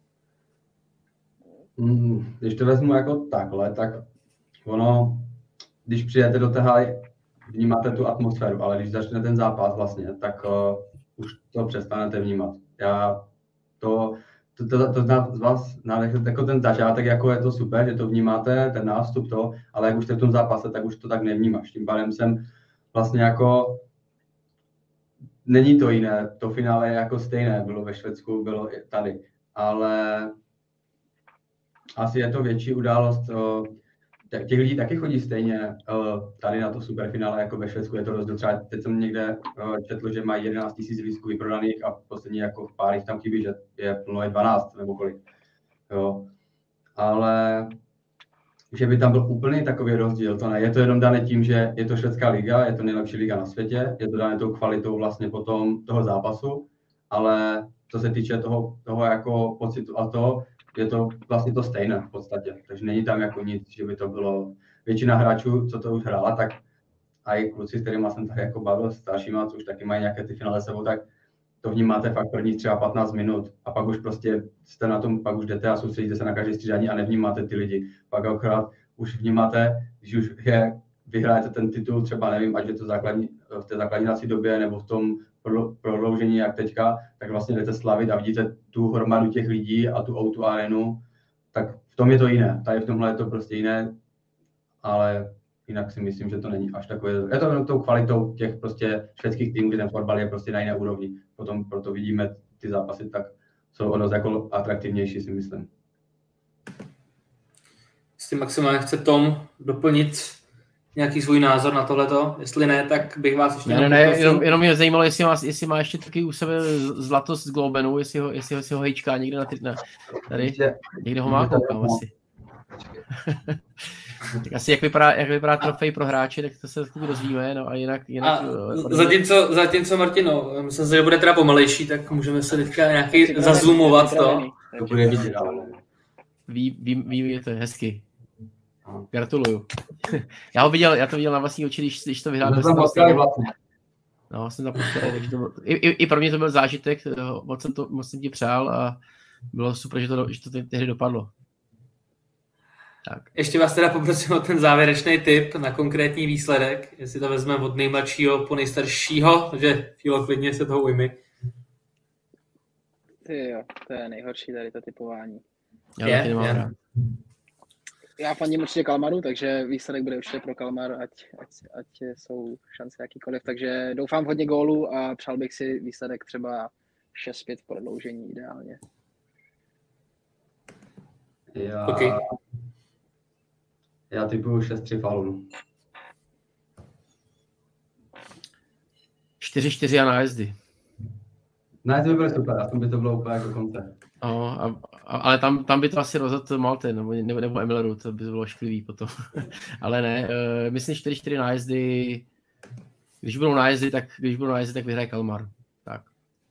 Když to vezmu jako takhle, tak ono, když přijete do té haly, vnímáte tu atmosféru, ale když začne ten zápas vlastně, tak uh, už to přestanete vnímat. Já to, to, to, to z vás jako ten začátek, jako je to super, že to vnímáte, ten nástup to, ale jak už jste v tom zápase, tak už to tak nevnímáš. Tím pádem jsem vlastně jako, není to jiné, to finále je jako stejné, bylo ve Švédsku, bylo i tady, ale asi je to větší událost. Těch lidí taky chodí stejně tady na to superfinále jako ve Švédsku. Je to rozdíl. Třeba teď jsem někde četl, že mají jedenáct tisíc lístků vyprodaných a poslední jako v pár jich tam chybí, že je plno je dvanáct nebo kolik. Jo. Ale že by tam byl úplný takový rozdíl, to ne. Je to jenom dané tím, že je to švédská liga, je to nejlepší liga na světě, je to dané tou kvalitou vlastně potom toho zápasu, ale co se týče toho, toho jako pocitu a toho, je to vlastně to stejné v podstatě, takže není tam jako nic, že by to bylo, většina hráčů, co to už hrála, tak a i kluci, s kterými jsem tady jako bavil, staršíma, co už taky mají nějaké ty finále sebou, tak to vnímáte fakt prvních třeba patnáct minut a pak už prostě jste na tom, pak už jdete a soustředíte se na každé střídání a nevnímáte ty lidi. Pak akorát už vnímáte, když už je, vyhrajete ten titul, třeba nevím, ať je to základní, v té základní době nebo v tom prodloužení jak teďka, tak vlastně jdete slavit a vidíte tu hromadu těch lidí a tu O dva arenu, tak v tom je to jiné. Tady v tomhle je to prostě jiné, ale jinak si myslím, že to není až takové. Je to jenom tou kvalitou těch prostě švédských týmů, kde ten fotbal je prostě na jiné úrovni. Potom proto vidíme ty zápasy, tak jsou o dost jako atraktivnější, si myslím. Jestli maximálně chce Tom doplnit nějaký svůj názor na tohleto, jestli ne, tak bych vás ještě... Ne, ne, ne, jenom, jenom mě zajímalo, jestli má, jestli má ještě taky u sebe zlato z Globenu, jestli ho, jestli ho, jestli ho hejčká někde na, na tady, někde ho má, koukám asi. Tak asi jak vypadá, jak vypadá trofej pro hráče, tak to se taky dozvíme, no a jinak... jinak a zatímco, zatímco Martino, myslím si, že bude teda pomalejší, tak můžeme se teďka nějaký zazoomovat to. To bude vidět, ale... Ví, ví, ví, to je hezky. Gratuluju. Já ho viděl, já to viděl na vlastní oči, když, když to vyhrál. No, jsem započal, takže to byl, i, i, i pro mě to byl zážitek, moc jsem, to, moc jsem ti přál a bylo super, že to, že to tehdy dopadlo. Tak. Ještě vás teda poprosím o ten závěrečný tip na konkrétní výsledek, jestli to vezmeme od nejmladšího po nejstaršího, takže Filo, klidně se toho ujmi. Ty jo, to je nejhorší tady to typování. Já je, taky nemám rád. já fandím určitě Kalmaru, takže výsledek bude určitě pro Kalmar, ať, ať, ať jsou šance jakýkoliv. Takže doufám v hodně gólů a přál bych si výsledek třeba šest pět prodloužení ideálně. Já, okay. já typuju šest tři Falun. čtyři čtyři a nájezdy. Nájezdy by byly super, a tom by to bylo úplně jako konce. No, a, a, ale tam, tam by to asi rozhodl Malte nebo, nebo, nebo Emilru, to by bylo šklivý potom. Ale ne, uh, myslím čtyři čtyři nájezdy, když budou nájezdy, tak, když budou nájezdy, tak vyhraje Kalmar. Tak.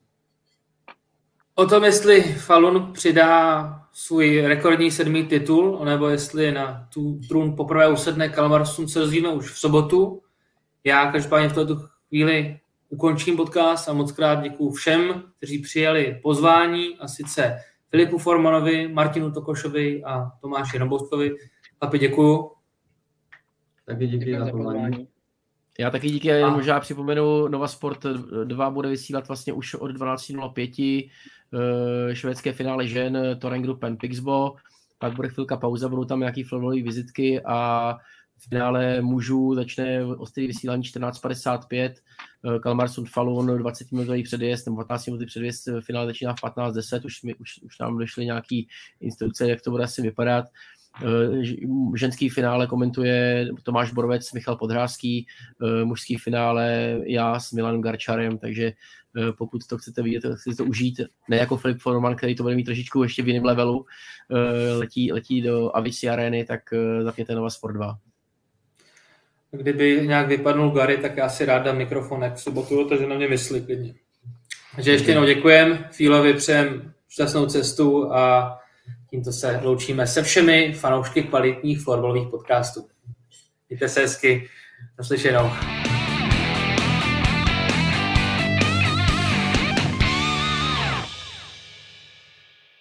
O tom, jestli Falun přidá svůj rekordní sedmý titul, nebo jestli na tu trůn poprvé usedne Kalmarsund, se dozvíme už v sobotu. Já každopádně v této chvíli ukončím podcast a moc krát děkuju všem, kteří přijali pozvání, a sice Filipu Formanovi, Martinu Tokošovi a Tomáši Roboskovi. Chlapi, děkuju. Taky díky za pozvání. Já taky díky, jenom možná připomenu, Nova Sport dva bude vysílat vlastně už od dvanáct nula pět švédské finále žen Torren Gruppen Pixbo, pak bude chvilka pauza, budou tam nějaký filmové vizitky a v finále mužů začne ostrý vysílání čtrnáct padesát pět, Kalmarsund Falun dvacet minutový předjezd, nebo patnáct minutový předjezd, finále začíná v patnáct deset, už, už, už nám došly nějaký instrukce, jak to bude asi vypadat. Ženský finále komentuje Tomáš Borovec, Michal Podhráský, mužský finále já s Milanem Garčarem, takže pokud to chcete vidět, chcete to užít, ne jako Filip Forman, který to bude mít trošičku ještě v jiném levelu, letí, letí do Avicii Areny, tak zapněte Nova Sport dva. Kdyby nějak vypadnul Gary, tak já si rád dám mikrofon jak v sobotu, takže na mě myslí klidně. Takže ještě jednou děkujem, Fílovi přejem šťastnou cestu a tímto se loučíme se všemi fanoušky kvalitních florbalových podcastů. Mějte se hezky, naslyšenou.